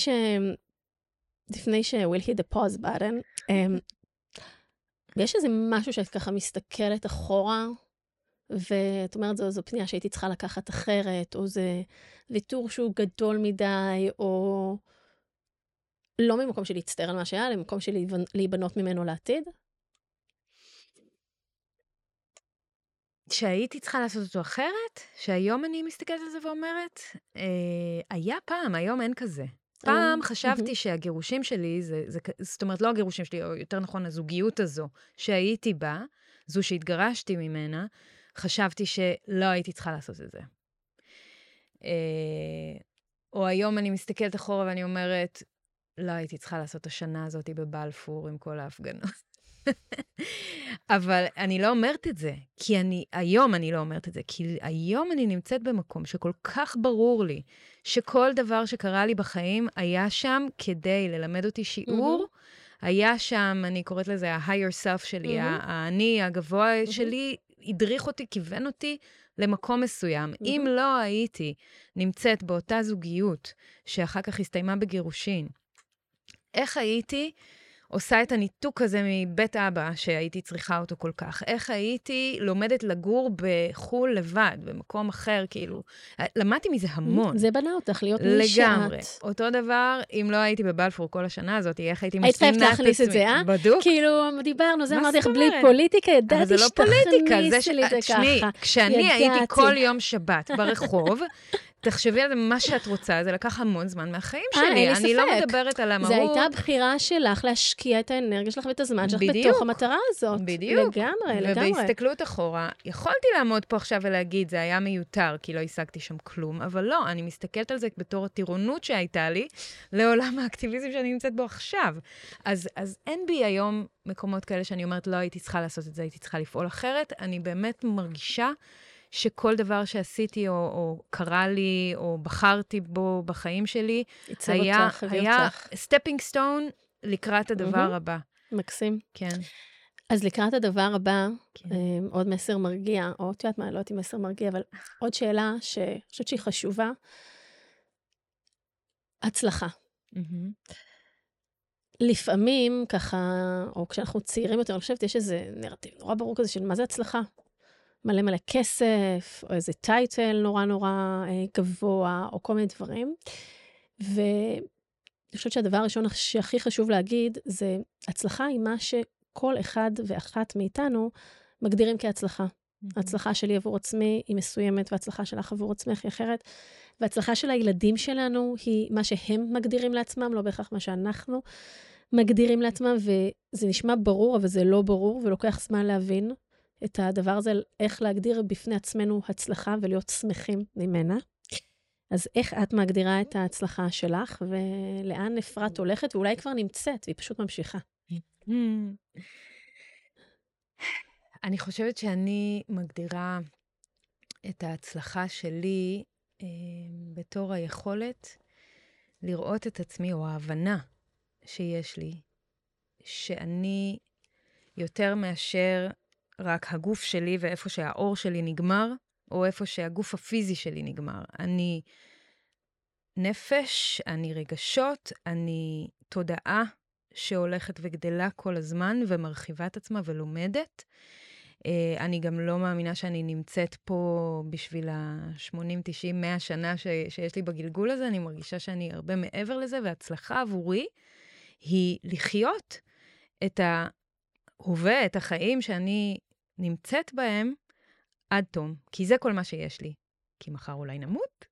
S2: לפני ש-we'll hit the pause button, יש איזה משהו שאת ככה מסתכלת אחורה, ואת אומרת, זו פנייה שהייתי צריכה לקחת אחרת, או זה ויתור שהוא גדול מדי, או לא ממקום של להצטער על מה שהיה, למקום של להיבנות ממנו לעתיד?
S3: שהייתי צריכה לעשות אותו אחרת, שהיום אני מסתכלת על זה ואומרת, היה פעם, היום אין כזה. פעם חשבתי שהגירושים שלי, זאת אומרת, לא הגירושים שלי, או יותר נכון, הזוגיות הזו שהייתי בה, זו שהתגרשתי ממנה, חשבתי שלא הייתי צריכה לעשות את זה. או היום אני מסתכלת אחורה ואני אומרת, לא הייתי צריכה לעשות השנה הזאת בבלפור עם כל ההפגנות. אבל אני לא אומרת את זה, כי היום אני לא אומרת את זה, כי היום אני נמצאת במקום שכל כך ברור לי, שכל דבר שקרה לי בחיים היה שם כדי ללמד אותי שיעור, היה שם, אני קוראת לזה ה-higher self שלי, האני הגבוה שלי, הדריך אותי, כיוון אותי למקום מסוים. אם לא הייתי נמצאת באותה זוגיות, שאחר כך הסתיימה בגירושין, איך הייתי עושה את הניתוק הזה מבית אבא, שהייתי צריכה אותו כל כך? איך הייתי לומדת לגור בחול לבד, במקום אחר, כאילו, למדתי מזה המון.
S2: זה בנה אותך, להיות מי שאת.
S3: לגמרי. אותו דבר, אם לא הייתי בבלפור כל השנה הזאת, איך הייתי
S2: היית חייבת
S3: משינה את
S2: להכניס את
S3: עצמי.
S2: זה,
S3: בדוק.
S2: כאילו, דיברנו, זה
S3: מה
S2: אמרתי לך,
S3: זאת
S2: בלי
S3: אומרת?
S2: פוליטיקה,
S3: אבל
S2: ידעתי
S3: זה לא פוליטיקה,
S2: שתכניסי לי את זה
S3: תשמעי,
S2: ככה.
S3: כשאני הייתי
S2: ידעתי.
S3: כל יום שבת ברחוב, תחשבי על זה מה שאת רוצה, זה לקח המון זמן מהחיים
S2: אין
S3: שלי.
S2: לי
S3: אני לא
S2: ספק.
S3: מדברת על המהות.
S2: זו הייתה בחירה שלך להשקיע את האנרגיה שלך ואת הזמן שלך
S3: בדיוק.
S2: בתוך המטרה הזאת.
S3: בדיוק.
S2: לגמרי, לגמרי.
S3: ובהסתכלות אחורה, יכולתי לעמוד פה עכשיו ולהגיד, זה היה מיותר, כי לא השגתי שם כלום, אבל לא, אני מסתכלת על זה בתור הטירונות שהייתה לי, לעולם האקטיביזם שאני נמצאת בו עכשיו. אז אין בי היום מקומות כאלה שאני אומרת, לא הייתי צריכה לעשות את זה, הייתי צריכה לפעול אחרת. אני באמת מרגישה שכל דבר שעשיתי, או קרה לי, או בחרתי בו בחיים שלי, היה סטפינג סטון לקראת הדבר הבא.
S2: מקסים.
S3: כן.
S2: אז לקראת הדבר הבא, עוד מסר מרגיע, או את יודעת מה, לא הייתי מסר מרגיע, אבל עוד שאלה שאני חושבת שהיא חשובה, הצלחה. לפעמים ככה, או כשאנחנו צעירים יותר, אני חושבת, יש איזה נרטיב נורא ברור כזה של מה זה הצלחה. מלא מלא כסף, או איזה טייטל נורא נורא גבוה, או כל מיני דברים. ואני חושבת שהדבר הראשון שהכי חשוב להגיד, זה הצלחה היא מה שכל אחד ואחת מאיתנו מגדירים כהצלחה. ההצלחה שלי עבור עצמי היא מסוימת, וההצלחה שלך עבור עצמך היא אחרת. וההצלחה של הילדים שלנו היא מה שהם מגדירים לעצמם, לא בהכרח מה שאנחנו מגדירים לעצמם, וזה נשמע ברור, אבל זה לא ברור, ולוקח זמן להבין את הדבר הזה, איך להגדיר בפני עצמנו הצלחה ולהיות שמחים ממנה. אז איך את מגדירה את ההצלחה שלך, ולאן אפרת הולכת, ואולי כבר נמצאת, והיא פשוט ממשיכה.
S3: אני חושבת שאני מגדירה את ההצלחה שלי בתור היכולת לראות את עצמי, או ההבנה שיש לי, שאני יותר מאשר רק הגוף שלי ואיפה שהאור שלי נגמר, או איפה שהגוף הפיזי שלי נגמר. אני נפש, אני רגשות, אני תודעה שהולכת וגדלה כל הזמן ומרחיבה את עצמה ולומדת. אני גם לא מאמינה שאני נמצאת פה בשביל ה-80, 90, 100 שנה שיש לי בגלגול הזה. אני מרגישה שאני הרבה מעבר לזה, והצלחה עבורי היא לחיות את ההווה, את החיים שאני נמצאת בהם עד תום. כי זה כל מה שיש לי. כי מחר אולי נמות,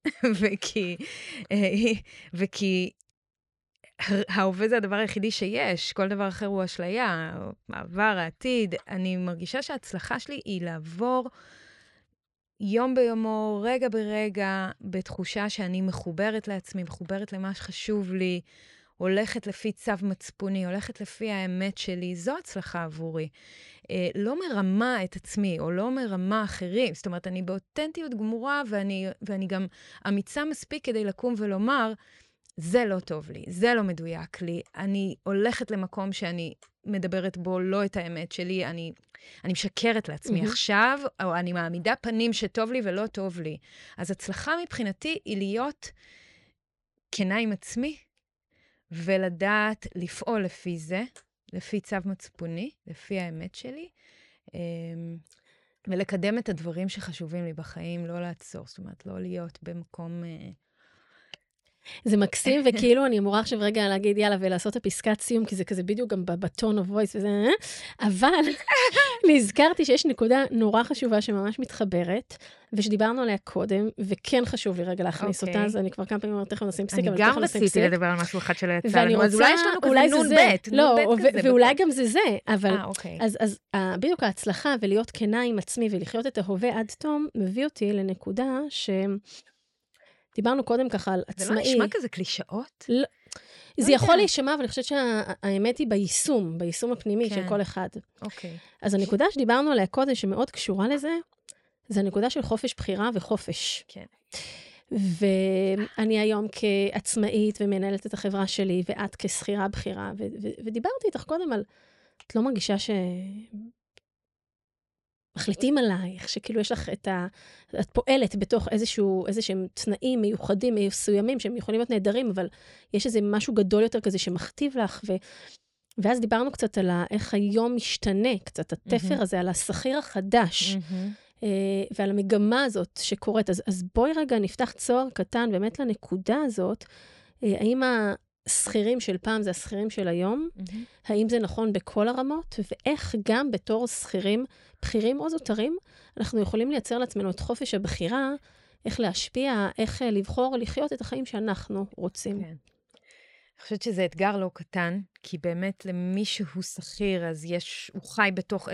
S3: וכי ההווה זה הדבר היחידי שיש, כל דבר אחר הוא אשליה, העבר, העתיד. אני מרגישה שההצלחה שלי היא לעבור יום ביומו, רגע ברגע, בתחושה שאני מחוברת לעצמי, מחוברת למה שחשוב לי, הולכת לפי צו מצפוני, הולכת לפי האמת שלי. זו הצלחה עבורי. לא מרמה את עצמי, או לא מרמה אחרים. זאת אומרת, אני באותנטיות גמורה, ואני גם אמיצה מספיק כדי לקום ולומר, זה לא טוב לי, זה לא מדויק לי, אני הולכת למקום שאני מדברת בו לא את האמת שלי, אני משקרת לעצמי עכשיו, או אני מעמידה פנים שטוב לי ולא טוב לי. אז הצלחה מבחינתי היא להיות כנה עם עצמי, ולדעת לפעול לפי זה, לפי צו מצפוני, לפי האמת שלי, ולקדם את הדברים שחשובים לי בחיים, לא לעצור, זאת אומרת, לא להיות במקום
S2: זה מקסים, וכאילו אני אמורה עכשיו רגע להגיד, יאללה, ולעשות את הפסקת סיום, כי זה כזה בדיוק גם בטון of voice וזה, אבל נזכרתי שיש נקודה נורא חשובה שממש מתחברת, ושדיברנו עליה קודם, וכן חשוב לי רגע להכניס אותה, אז אני כבר כמה פעמים אומרת, תכף נשים פסיק,
S3: אני גם רציתי לדבר על משהו אחד שלא יצא לנו, אז אולי יש לנו כזה נון בית.
S2: לא, ואולי גם זה, אבל אז בדיוק ההצלחה ולהיות כנה עם עצמי ולחיות את ההווה עד תום, מביא אותי לנקודה דיברנו קודם ככה על עצמאי.
S3: זה לא נשמע כזה קלישאות?
S2: זה יכול להישמע, אבל אני חושבת שהאמת היא ביישום הפנימי של כל אחד.
S3: אוקיי.
S2: אז הנקודה שדיברנו עליה קודם, שמאוד קשורה לזה, זה הנקודה של חופש בחירה וחופש.
S3: כן.
S2: ואני היום כעצמאית ומנהלת את החברה שלי, ואת כשכירה בחירה, ודיברתי איתך קודם על, את לא מרגישה מחליטים עלייך, שכאילו יש לך את פועלת בתוך איזשהם תנאים מיוחדים, מסוימים, שהם יכולים להיות נהדרים, אבל יש איזה משהו גדול יותר כזה שמכתיב לך, ואז דיברנו קצת על איך היום משתנה, קצת התפר הזה, על השכיר החדש, ועל המגמה הזאת שקורית. אז בואי רגע נפתח צוהר קטן באמת לנקודה הזאת, האם השכירים של פעם זה השכירים של היום, האם זה נכון בכל הרמות, ואיך גם בתור שכירים בכירים או זוטרים, אנחנו יכולים לייצר לעצמנו את חופש הבחירה, איך להשפיע, איך לבחור, לחיות את החיים שאנחנו רוצים. כן.
S3: אני חושבת שזה אתגר לא קטן, כי באמת למי שהוא שכיר, אז הוא חי בתוך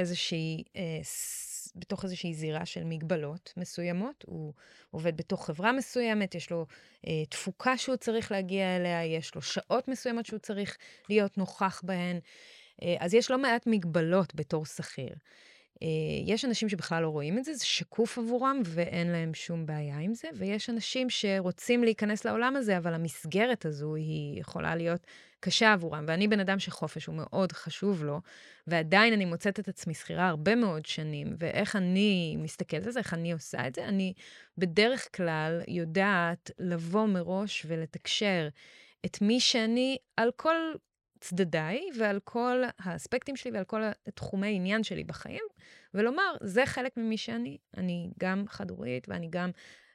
S3: איזושהי זירה של מגבלות מסוימות, הוא עובד בתוך חברה מסוימת, יש לו תפוקה שהוא צריך להגיע אליה, יש לו שעות מסוימות שהוא צריך להיות נוכח בהן, אז יש לא מעט מגבלות בתור שכיר. יש אנשים שבכלל לא רואים את זה, זה שקוף עבורם ואין להם שום בעיה עם זה, ויש אנשים שרוצים להיכנס לעולם הזה, אבל המסגרת הזו היא יכולה להיות קשה עבורם, ואני בן אדם שחופש הוא מאוד חשוב לו, ועדיין אני מוצאת את עצמי שכירה הרבה מאוד שנים, ואיך אני מסתכלת על זה, איך אני עושה את זה, אני בדרך כלל יודעת לבוא מראש ולתקשר את מי שאני על כל צדדיי, ועל כל האספקטים שלי, ועל כל תחומי עניין שלי בחיים, ולומר, זה חלק ממי שאני. אני גם חד-הורית, ואני גם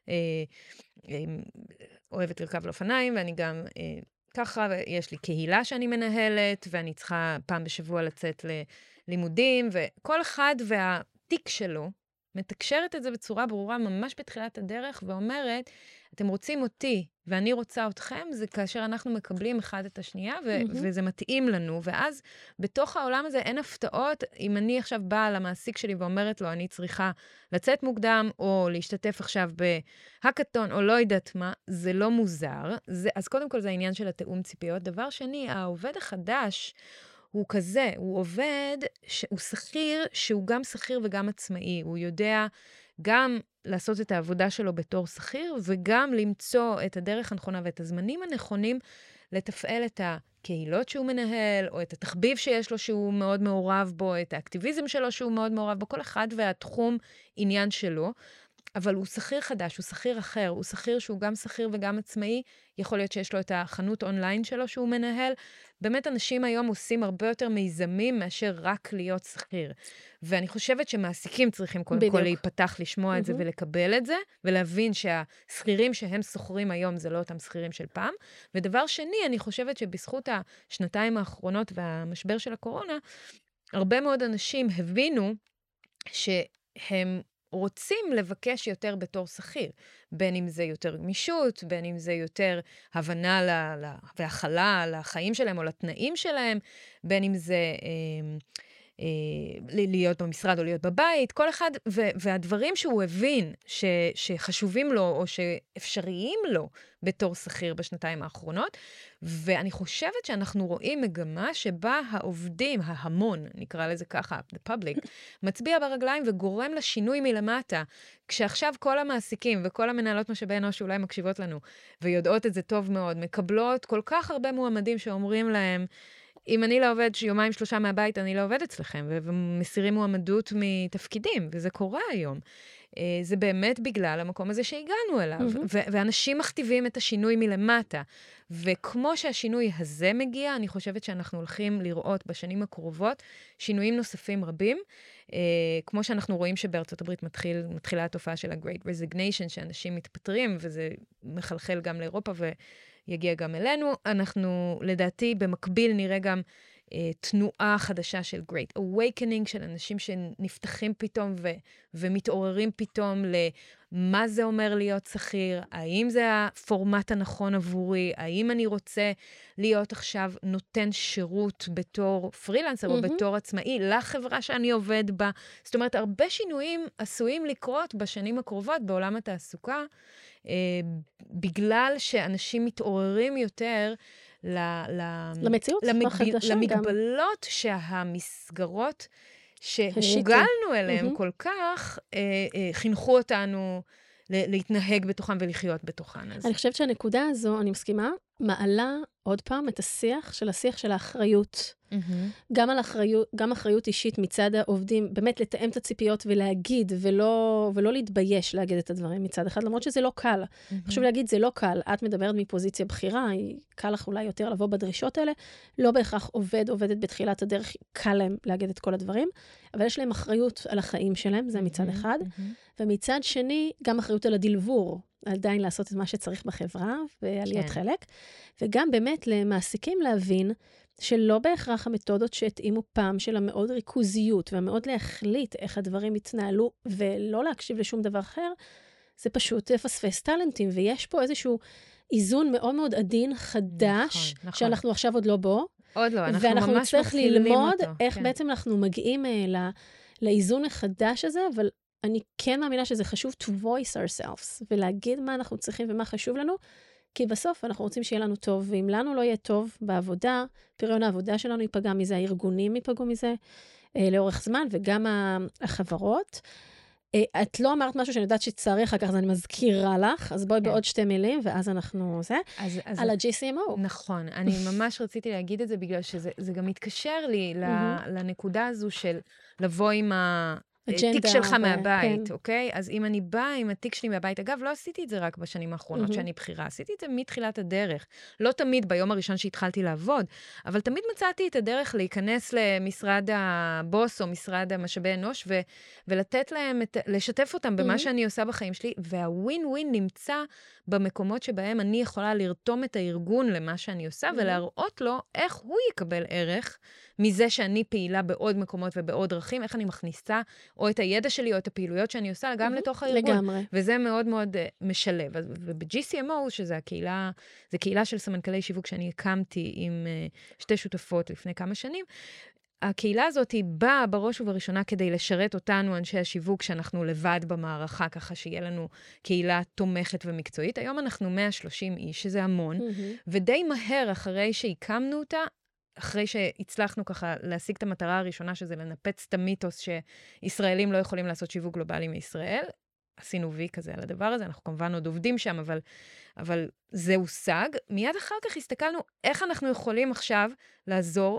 S3: אוהבת לרכב לאופניים, ואני גם ככה, יש לי קהילה שאני מנהלת, ואני צריכה פעם בשבוע לצאת ללימודים, וכל אחד והתיק שלו, מתקשרת את זה בצורה ברורה, ממש בתחילת הדרך, ואומרת, אתם רוצים אותי, ואני רוצה אתכם, זה כאשר אנחנו מקבלים אחד את השנייה, וזה מתאים לנו, ואז בתוך העולם הזה אין הפתעות, אם אני עכשיו באה למעסיק שלי ואומרת לו, אני צריכה לצאת מוקדם, או להשתתף עכשיו בהקטון, או לא יודעת מה, זה לא מוזר. אז קודם כל זה העניין של התאום ציפיות. דבר שני, העובד החדש, הוא כזה, הוא עובד, הוא שכיר, שהוא גם שכיר וגם עצמאי. הוא יודע גם לעשות את העבודה שלו בתור שכיר, וגם למצוא את הדרך הנכונה ואת הזמנים הנכונים לתפעל את הקהילות שהוא מנהל, או את התחביב שיש לו שהוא מאוד מעורב בו, את האקטיביזם שלו שהוא מאוד מעורב בו, כל אחד והתחום עניין שלו. אבל הוא שכיר חדש, הוא שכיר אחר, הוא שכיר שהוא גם שכיר וגם עצמאי, יכול להיות שיש לו את החנות אונליין שלו שהוא מנהל. באמת אנשים היום עושים הרבה יותר מיזמים מאשר רק להיות שכיר. ואני חושבת שמעסיקים צריכים קודם כל להיפתח לשמוע את זה ולקבל את זה, ולהבין שהשכירים שהם שוכרים היום זה לא אותם שכירים של פעם. ודבר שני, אני חושבת שבזכות השנתיים האחרונות והמשבר של הקורונה, הרבה מאוד אנשים הבינו שהם רוצים לבקש יותר בתור שכיר, בין אם זה יותר גמישות, בין אם זה יותר הבנה והכלה לחיים שלהם או לתנאים שלהם, בין אם זה להיות במשרד או להיות בבית, כל אחד, והדברים שהוא הבין שחשובים לו או שאפשריים לו בתור שכיר בשנתיים האחרונות, ואני חושבת שאנחנו רואים מגמה שבה העובדים, ההמון, נקרא לזה ככה, the public, מצביע ברגליים וגורם לשינוי מלמטה, כשעכשיו כל המעסיקים וכל המנהלות משאבי אנוש שאולי מקשיבות לנו, ויודעות את זה טוב מאוד, מקבלות כל כך הרבה מועמדים שאומרים להם, אם אני לא עובד יומיים 3 מהבית, אני לא עובד אצלכם, ומסירים מועמדות מתפקידים, וזה קורה היום. זה באמת בגלל המקום הזה שהגענו אליו, ואנשים מכתיבים את השינוי מלמטה, וכמו שהשינוי הזה מגיע, אני חושבת שאנחנו הולכים לראות בשנים הקרובות שינויים נוספים רבים, כמו שאנחנו רואים שבארצות הברית מתחילה התופעה של ה-Great Resignation, שאנשים מתפטרים, וזה מחלחל גם לאירופה יגיע גם אלינו. אנחנו, לדעתי, במקביל נראה גם תנועה חדשה של Great Awakening, של אנשים שנפתחים פתאום ומתעוררים פתאום למה זה אומר להיות שכיר, האם זה הפורמט הנכון עבורי, האם אני רוצה להיות עכשיו נותן שירות בתור פרילנסר או בתור עצמאי לחברה שאני עובד בה. זאת אומרת, הרבה שינויים עשויים לקרות בשנים הקרובות בעולם התעסוקה, בגלל שאנשים מתעוררים יותר
S2: למציאות החדשה גם.
S3: למגבלות שהמסגרות שהורגלנו אליהם כל כך, חינכו אותנו להתנהג בתוכם ולחיות בתוכן.
S2: אני חושבת שהנקודה הזו, אני מסכימה, מעלה עוד פעם את השיח של האחריות. גם אחריות אישית מצד העובדים, באמת לתאם את הציפיות ולהגיד, ולא להתבייש להגיד את הדברים מצד אחד, למרות שזה לא קל. חשוב להגיד, זה לא קל. את מדברת מפוזיציה בחירה, קל לך אולי יותר לבוא בדרישות האלה, לא בהכרח עובדת בתחילת הדרך, קל להם להגיד את כל הדברים, אבל יש להם אחריות על החיים שלהם, זה מצד אחד, ומצד שני, גם אחריות על הדלבור, עדיין לעשות את מה שצריך בחברה, ועליות חלק, וגם באמת למעסיקים להבין, שלא בהכרח המתודות שהתאימו פעם של המאוד ריכוזיות, והמאוד להחליט איך הדברים יתנהלו, ולא להקשיב לשום דבר אחר, זה פשוט לפספס טלנטים, ויש פה איזשהו איזון מאוד מאוד עדין, חדש, שאנחנו עכשיו עוד לא בו.
S3: עוד לא, אנחנו ממש
S2: ואנחנו נצטרך ללמוד איך
S3: כן.
S2: בעצם אנחנו מגיעים לאיזון החדש הזה, אבל אני כן מאמינה שזה חשוב to voice ourselves, ולהגיד מה אנחנו צריכים ומה חשוב לנו, כי בסוף אנחנו רוצים שיהיה לנו טוב, ואם לנו לא יהיה טוב בעבודה, פריון העבודה שלנו ייפגע מזה, הארגונים ייפגעו מזה לאורך זמן, וגם החברות. את לא אמרת משהו שאני יודעת שצריך אחר כך, אז אני מזכירה לך, אז בואי בעוד 2 מילים, ואז אנחנו על ה-GCMO.
S3: נכון, אני ממש רציתי להגיד את זה, בגלל שזה גם מתקשר לי לנקודה הזו של לבוא עם התיק שלך מהבית, אוקיי? אז אם אני באה עם התיק שלי מהבית, אגב, לא עשיתי את זה רק בשנים האחרונות שאני בחירה, עשיתי את זה מתחילת הדרך. לא תמיד ביום הראשון שהתחלתי לעבוד, אבל תמיד מצאתי את הדרך להיכנס למשרד הבוס או משרד המשאבי אנוש, ולתת להם, לשתף אותם במה שאני עושה בחיים שלי, והווין ווין נמצא במקומות שבהם אני יכולה לרתום את הארגון למה שאני עושה, ולהראות לו איך הוא יקבל ערך מזה שאני פעילה בעוד מקומות ובעוד דרכים, איך אני מכניסה או את הידע שלי או את הפעילויות שאני עושה גם לתוך הארגון.
S2: לגמרי.
S3: וזה מאוד מאוד משלב. וב-GCMO, שזה הקהילה, זה קהילה של סמנכ"לי שיווק שאני הקמתי עם 2 שותפות לפני כמה שנים, הקהילה הזאת היא באה בראש ובראשונה כדי לשרת אותנו, אנשי השיווק, שאנחנו לבד במערכה, ככה שיהיה לנו קהילה תומכת ומקצועית. היום אנחנו 130 איש, שזה המון, ודי מהר אחרי שהקמנו אותה, אחרי שהצלחנו ככה להשיג את המטרה הראשונה, שזה לנפץ את המיתוס שישראלים לא יכולים לעשות שיווק גלובלי מישראל, עשינו וי כזה על הדבר הזה, אנחנו כמובן עוד עובדים שם, אבל זה הושג. מיד אחר כך הסתכלנו איך אנחנו יכולים עכשיו לעזור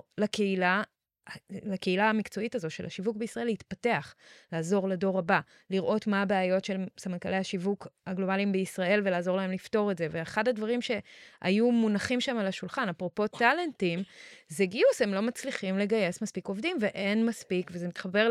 S3: לקהילה המקצועית הזו של השיווק בישראל להתפתח, לעזור לדור הבא, לראות מה הבעיות של סמנכ"לי השיווק הגלובליים בישראל ולעזור להם לפתור את זה. ואחד הדברים שהיו מונחים שם על השולחן, אפרופו טלנטים, זה גיוס, הם לא מצליחים לגייס מספיק עובדים ואין מספיק, וזה מתחבר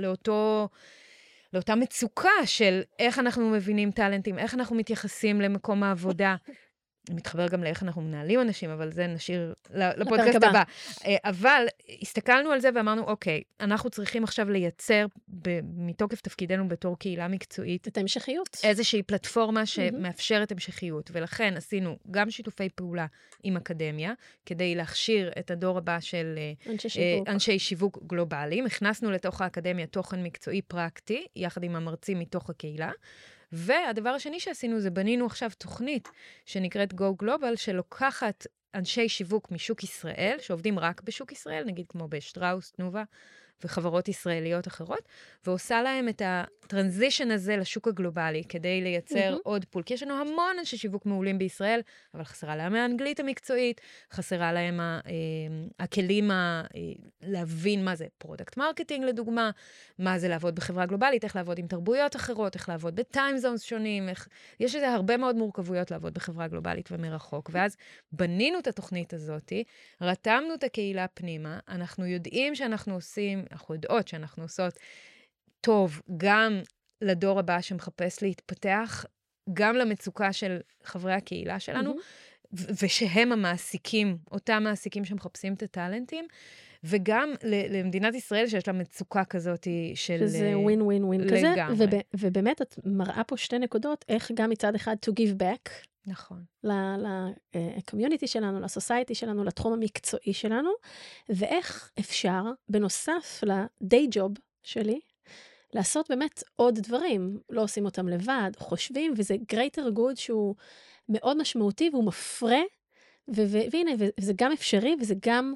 S3: לאותה מצוקה של איך אנחנו מבינים טלנטים, איך אנחנו מתייחסים למקום העבודה. מתחבר גם לאיך אנחנו מנהלים אנשים, אבל זה נשאיר לפודקאסט הבא. אבל הסתכלנו על זה ואמרנו, אוקיי, אנחנו צריכים עכשיו לייצר, מתוקף תפקידנו בתור קהילה מקצועית,
S2: את ההמשכיות.
S3: איזושהי פלטפורמה שמאפשרת המשכיות, ולכן עשינו גם שיתופי פעולה עם אקדמיה, כדי להכשיר את הדור הבא של אנשי שיווק גלובליים. הכנסנו לתוך האקדמיה תוכן מקצועי פרקטי, יחד עם המרצים מתוך הקהילה, והדבר השני שעשינו זה בנינו עכשיו תוכנית שנקראת Go Global, שלוקחת אנשי שיווק משוק ישראל, שעובדים רק בשוק ישראל, נגיד כמו בשטראוס, תנובה, וחברות ישראליות אחרות, ועושה להם את הטרנזישן הזה לשוק הגלובלי, כדי לייצר עוד פול. כי יש לנו המון אנשי שיווק מעולים בישראל, אבל חסרה להם האנגלית המקצועית, חסרה להם הכלים להבין מה זה פרודקט מרקטינג לדוגמה, מה זה לעבוד בחברה גלובלית, איך לעבוד עם תרבויות אחרות, איך לעבוד בטיים זונס שונים, יש לזה הרבה מאוד מורכבויות לעבוד בחברה גלובלית ומרחוק. ואז בנינו את התוכנית הזאת, רתמנו את הקהילה פנימה, אנחנו יודעים שאנחנו עושים, אנחנו יודעות שאנחנו עושות טוב גם לדור הבא שמחפש להתפתח, גם למצוקה של חברי הקהילה שלנו, ושהם המעסיקים, אותם מעסיקים שמחפשים את הטלנטים, וגם למדינת ישראל שיש לה מצוקה כזאת של...
S2: שזה ווין ווין ווין כזה, ובאמת את מראה פה 2 נקודות, איך גם מצד אחד to give back,
S3: נכון.
S2: לקומיוניטי שלנו, לסוסייטי שלנו, לתחום המקצועי שלנו, ואיך אפשר, בנוסף ל-day job שלי, לעשות באמת עוד דברים, לא עושים אותם לבד, חושבים, וזה greater good שהוא מאוד משמעותי, והוא מפרה והנה, וזה גם אפשרי, וזה גם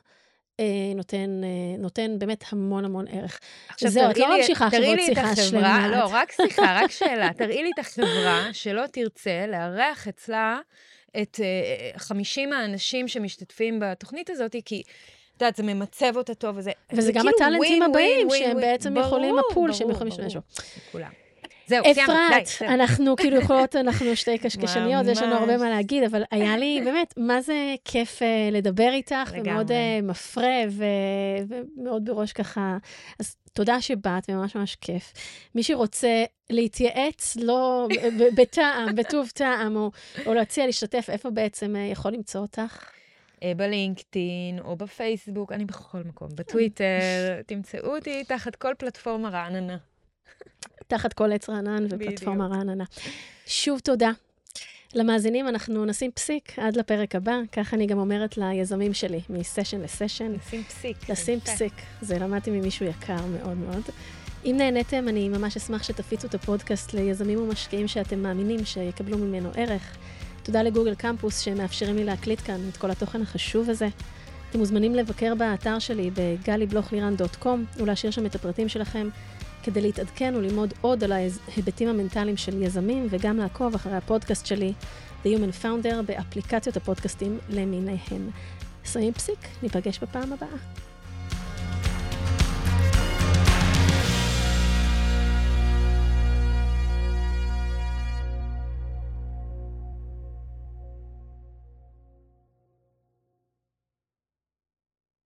S2: נותן באמת המון המון ערך. זהו, את לא ממשיכה עכשיו עוד שיחה שלמה.
S3: לא, רק שיחה, רק שאלה. תראי לי את החברה שלא תרצה לארח אצלה את 50 האנשים שמשתתפים בתוכנית הזאת, כי את יודעת, זה ממצב אותה טוב,
S2: וזה גם הטלנטים הבאים, שהם בעצם יכולים הפול, שהם יכולים להשתמש בו.
S3: כולם. זהו,
S2: אפרת, אנחנו כאילו יכולות, אנחנו שתי קשקשניות, יש לנו הרבה מה להגיד, אבל היה לי באמת, מה זה כיף לדבר איתך, ומאוד מפרה, ומאוד בראש ככה, אז תודה שבאת, וממש ממש כיף. מי שרוצה להתייעץ, לא בטעם, בטוב טעם, או להציע להשתתף, איפה בעצם יכול למצוא אותך?
S3: בלינקדאין, או בפייסבוק, אני בכל מקום, בטוויטר, תמצאו אותי תחת כל פלטפורמה רעננה.
S2: תחת כל עץ רענן ופלטפורמה רעננה. שוב תודה. למאזינים אנחנו נשים פסיק עד לפרק הבא, כך אני גם אומרת ליזמים שלי, מסשן לסשן.
S3: נשים פסיק.
S2: לשים פסיק. זה למדתי ממישהו יקר מאוד מאוד. אם נהניתם, אני ממש אשמח שתפיצו את הפודקאסט ליזמים ומשקיעים שאתם מאמינים שיקבלו ממנו ערך. תודה לגוגל קמפוס שמאפשרים לי להקליט כאן את כל התוכן החשוב הזה. אתם מוזמנים לבקר באתר שלי ב-galiblochliran.com ולהשאיר שם את הפרטים שלכם כדי להתעדכן וללמוד עוד על ההיבטים המנטליים של יזמים וגם לעקוב אחרי הפודקאסט שלי, The Human Founder, באפליקציות הפודקאסטים למיניהן. שמים פסיק, ניפגש בפעם הבאה.